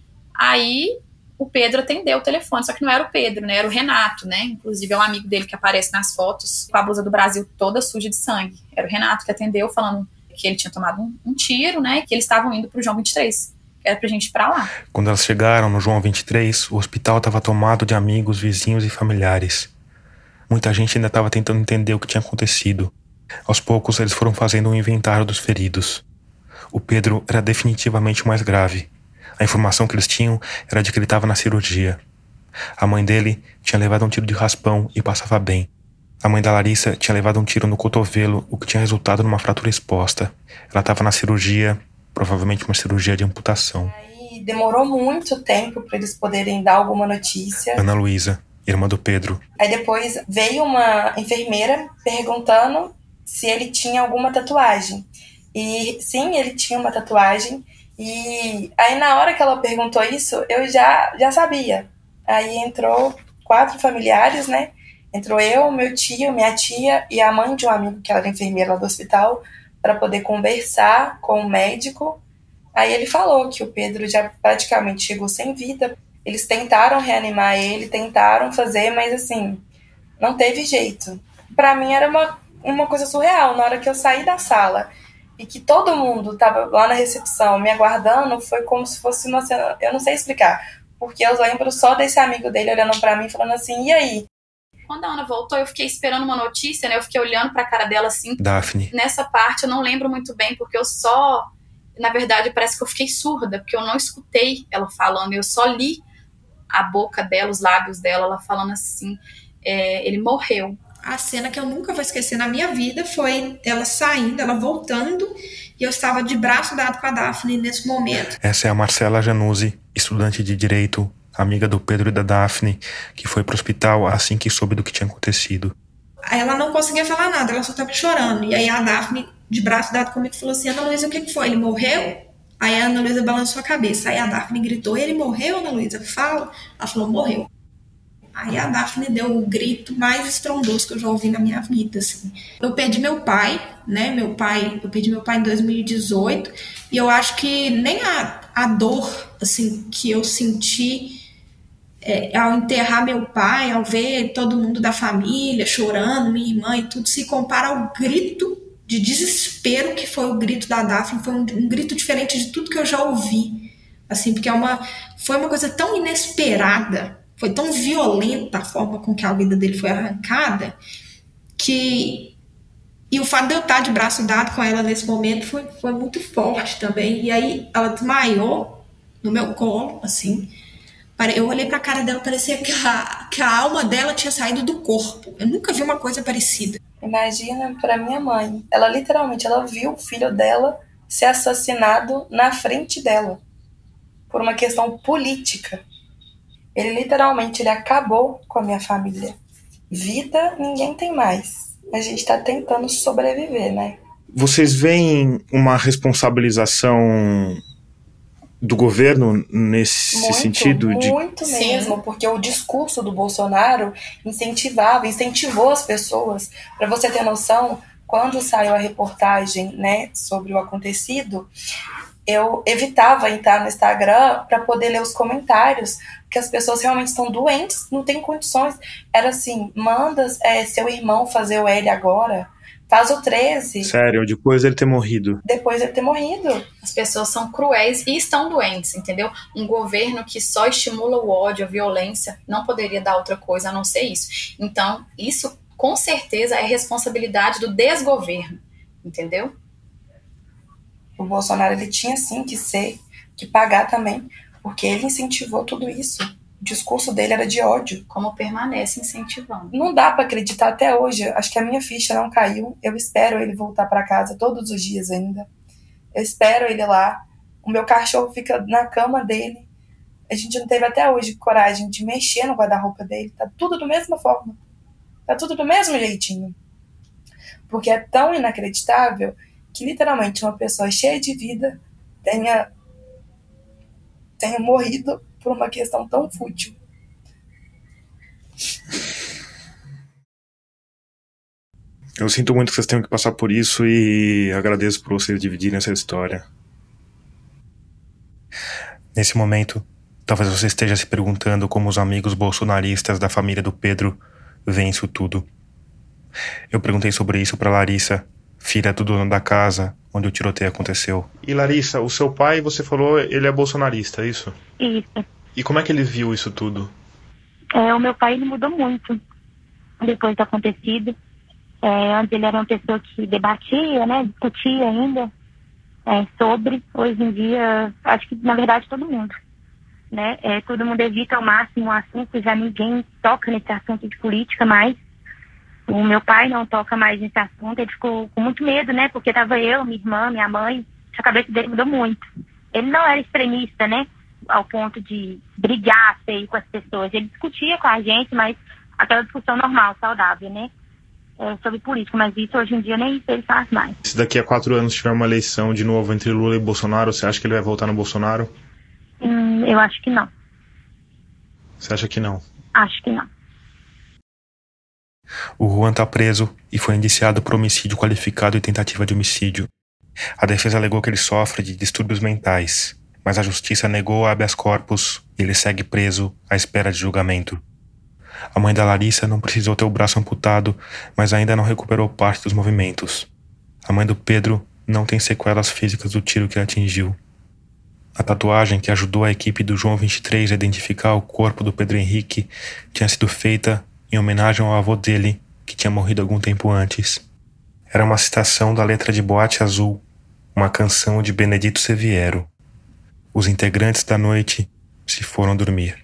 Aí, o Pedro atendeu o telefone, só que não era o Pedro, né? Era o Renato, né? Inclusive, é um amigo dele que aparece nas fotos, com a blusa do Brasil toda suja de sangue. Era o Renato que atendeu, falando que ele tinha tomado um, um tiro, né? E que eles estavam indo pro João vinte e três, que era pra gente ir pra lá. Quando elas chegaram no João vinte e três, o hospital estava tomado de amigos, vizinhos e familiares. Muita gente ainda estava tentando entender o que tinha acontecido. Aos poucos, eles foram fazendo um inventário dos feridos. O Pedro era definitivamente o mais grave. A informação que eles tinham era de que ele estava na cirurgia. A mãe dele tinha levado um tiro de raspão e passava bem. A mãe da Larissa tinha levado um tiro no cotovelo, o que tinha resultado numa fratura exposta. Ela estava na cirurgia, provavelmente uma cirurgia de amputação. Aí demorou muito tempo para eles poderem dar alguma notícia. Ana Luísa, irmã do Pedro. Aí depois veio uma enfermeira perguntando se ele tinha alguma tatuagem. E sim, ele tinha uma tatuagem. E aí na hora que ela perguntou isso, eu já, já sabia. Aí entrou quatro familiares, né? Entrou eu, meu tio, minha tia e a mãe de um amigo que era enfermeira lá do hospital, para poder conversar com o médico Aí ele falou que o Pedro já praticamente chegou sem vida. Eles tentaram reanimar ele, tentaram fazer, mas assim, não teve jeito. Pra mim era uma, uma coisa surreal. Na hora que eu saí da sala e que todo mundo tava lá na recepção me aguardando, foi como se fosse uma cena, eu não sei explicar, porque eu lembro só desse amigo dele olhando pra mim, falando assim, e aí? Quando a Ana voltou, eu fiquei esperando uma notícia, né? Eu fiquei olhando pra cara dela assim. Daphne. Nessa parte eu não lembro muito bem, porque eu só... Na verdade, parece que eu fiquei surda, porque eu não escutei ela falando, eu só li a boca dela, os lábios dela, ela falando assim, é, ele morreu. A cena que eu nunca vou esquecer na minha vida foi ela saindo, ela voltando, e eu estava de braço dado com a Daphne nesse momento. Essa é a Marcela Januzzi, estudante de Direito, amiga do Pedro e da Daphne, que foi pro hospital assim que soube do que tinha acontecido. Aí ela não conseguia falar nada, ela só estava chorando. E aí a Daphne, de braço dado comigo, falou assim, Ana Luísa, o que que foi? Ele morreu? Aí a Ana Luísa balançou a cabeça. Aí a Daphne gritou, ele morreu, Ana Luísa? Fala. Ela falou, morreu. Aí a Daphne deu o grito mais estrondoso que eu já ouvi na minha vida, assim. Eu perdi meu pai, né, meu pai, eu perdi meu pai em dois mil e dezoito, e eu acho que nem a, a dor, assim, que eu senti é, ao enterrar meu pai, ao ver todo mundo da família chorando, minha irmã e tudo, se compara ao grito de desespero que foi o grito da Daphne. Foi um, um grito diferente de tudo que eu já ouvi, assim, porque é uma, foi uma coisa tão inesperada, foi tão violenta a forma com que a vida dele foi arrancada, que... E o fato de eu estar de braço dado com ela nesse momento foi, foi muito forte também. E aí ela desmaiou no meu colo, assim. Eu olhei pra cara dela, parecia que a, que a alma dela tinha saído do corpo. Eu nunca vi uma coisa parecida. Imagina pra minha mãe. Ela literalmente, ela viu o filho dela ser assassinado na frente dela. Por uma questão política. Ele literalmente, ele acabou com a minha família. Vida, ninguém tem mais. A gente tá tentando sobreviver, né? Vocês veem uma responsabilização do governo nesse muito, sentido? De... Muito mesmo, porque o discurso do Bolsonaro incentivava, incentivou as pessoas. Para você ter noção, quando saiu a reportagem, né, sobre o acontecido, eu evitava entrar no Instagram para poder ler os comentários, porque as pessoas realmente estão doentes, não tem condições. Era assim, manda é, seu irmão fazer o L agora, faz o treze. Sério, depois dele ter morrido. Depois dele ter morrido. As pessoas são cruéis e estão doentes, entendeu? Um governo que só estimula o ódio, a violência, não poderia dar outra coisa a não ser isso. Então, isso com certeza é responsabilidade do desgoverno, entendeu? O Bolsonaro, ele tinha sim que ser, que pagar também, porque ele incentivou tudo isso. O discurso dele era de ódio. Como permanece incentivando. Não dá pra acreditar até hoje. Acho que a minha ficha não caiu. Eu espero ele voltar pra casa todos os dias ainda. Eu espero ele lá. O meu cachorro fica na cama dele. A gente não teve até hoje coragem de mexer no guarda-roupa dele. Tá tudo da mesma forma. Tá tudo do mesmo jeitinho. Porque é tão inacreditável que literalmente uma pessoa cheia de vida tenha, tenha morrido por uma questão tão fútil. Eu sinto muito que vocês tenham que passar por isso e agradeço por vocês dividirem essa história. Nesse momento, talvez você esteja se perguntando como os amigos bolsonaristas da família do Pedro veem isso tudo. Eu perguntei sobre isso para Larissa, filha do dono da casa onde o tiroteio aconteceu. E Larissa, o seu pai, você falou, ele é bolsonarista, é isso? Isso. E como é que ele viu isso tudo? É, o meu pai, ele mudou muito depois do acontecido. É, antes ele era uma pessoa que debatia, né, discutia ainda é, sobre. Hoje em dia, acho que na verdade todo mundo, né, é, todo mundo evita ao máximo o assunto, já ninguém toca nesse assunto de política mais. O meu pai não toca mais nesse assunto, ele ficou com muito medo, né, porque tava eu, minha irmã, minha mãe, a cabeça dele mudou muito. Ele não era extremista, né, ao ponto de brigar feio com as pessoas, ele discutia com a gente, mas aquela discussão normal, saudável, né, é, sobre política, mas isso hoje em dia nem isso ele faz mais. Se daqui a quatro anos tiver uma eleição de novo entre Lula e Bolsonaro, você acha que ele vai votar no Bolsonaro? Hum, eu acho que não. Você acha que não? Acho que não. O Juan tá preso e foi indiciado por homicídio qualificado e tentativa de homicídio. A defesa alegou que ele sofre de distúrbios mentais, mas a justiça negou o habeas corpus e ele segue preso à espera de julgamento. A mãe da Larissa não precisou ter o braço amputado, mas ainda não recuperou parte dos movimentos. A mãe do Pedro não tem sequelas físicas do tiro que a atingiu. A tatuagem que ajudou a equipe do João vinte e três a identificar o corpo do Pedro Henrique tinha sido feita em homenagem ao avô dele, que tinha morrido algum tempo antes. Era uma citação da letra de Boate Azul, uma canção de Benedito Seviero. Os integrantes da noite se foram dormir.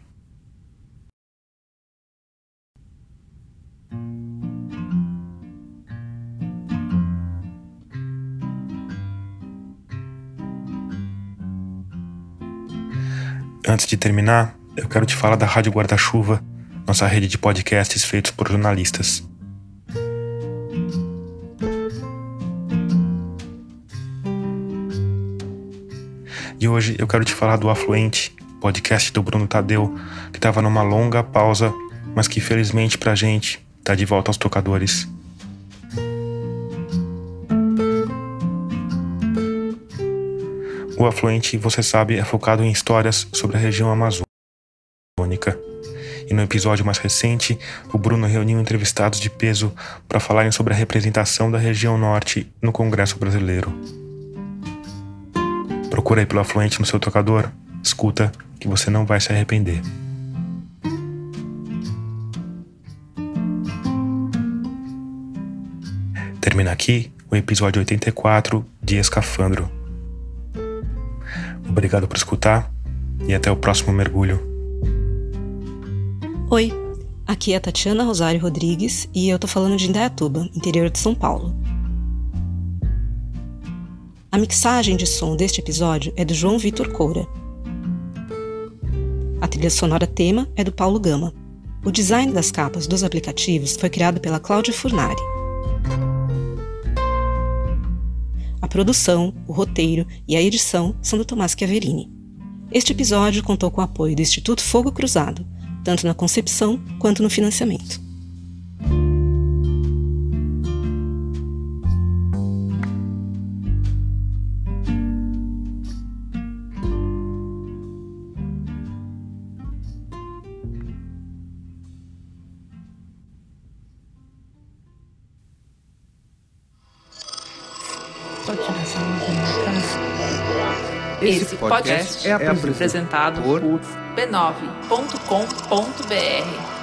Antes de terminar, eu quero te falar da Rádio Guarda-Chuva, nossa rede de podcasts feitos por jornalistas. E hoje eu quero te falar do Afluente, podcast do Bruno Tadeu, que estava numa longa pausa, mas que felizmente pra gente tá de volta aos tocadores. O Afluente, você sabe, é focado em histórias sobre a região amazônica. E no episódio mais recente, o Bruno reuniu entrevistados de peso para falarem sobre a representação da região norte no Congresso Brasileiro. Procura aí pelo Afluente no seu tocador, escuta que você não vai se arrepender. Termina aqui o episódio oitenta e quatro de Escafandro. Obrigado por escutar e até o próximo mergulho. Oi, aqui é a Tatiana Rosário Rodrigues e eu tô falando de Indaiatuba, interior de São Paulo. A mixagem de som deste episódio é do João Vitor Coura. A trilha sonora tema é do Paulo Gama. O design das capas dos aplicativos foi criado pela Cláudia Furnari. A produção, o roteiro e a edição são do Tomás Chiaverini. Este episódio contou com o apoio do Instituto Fogo Cruzado, tanto na concepção quanto no financiamento. Esse podcast é apresentado por b nove ponto com ponto b r.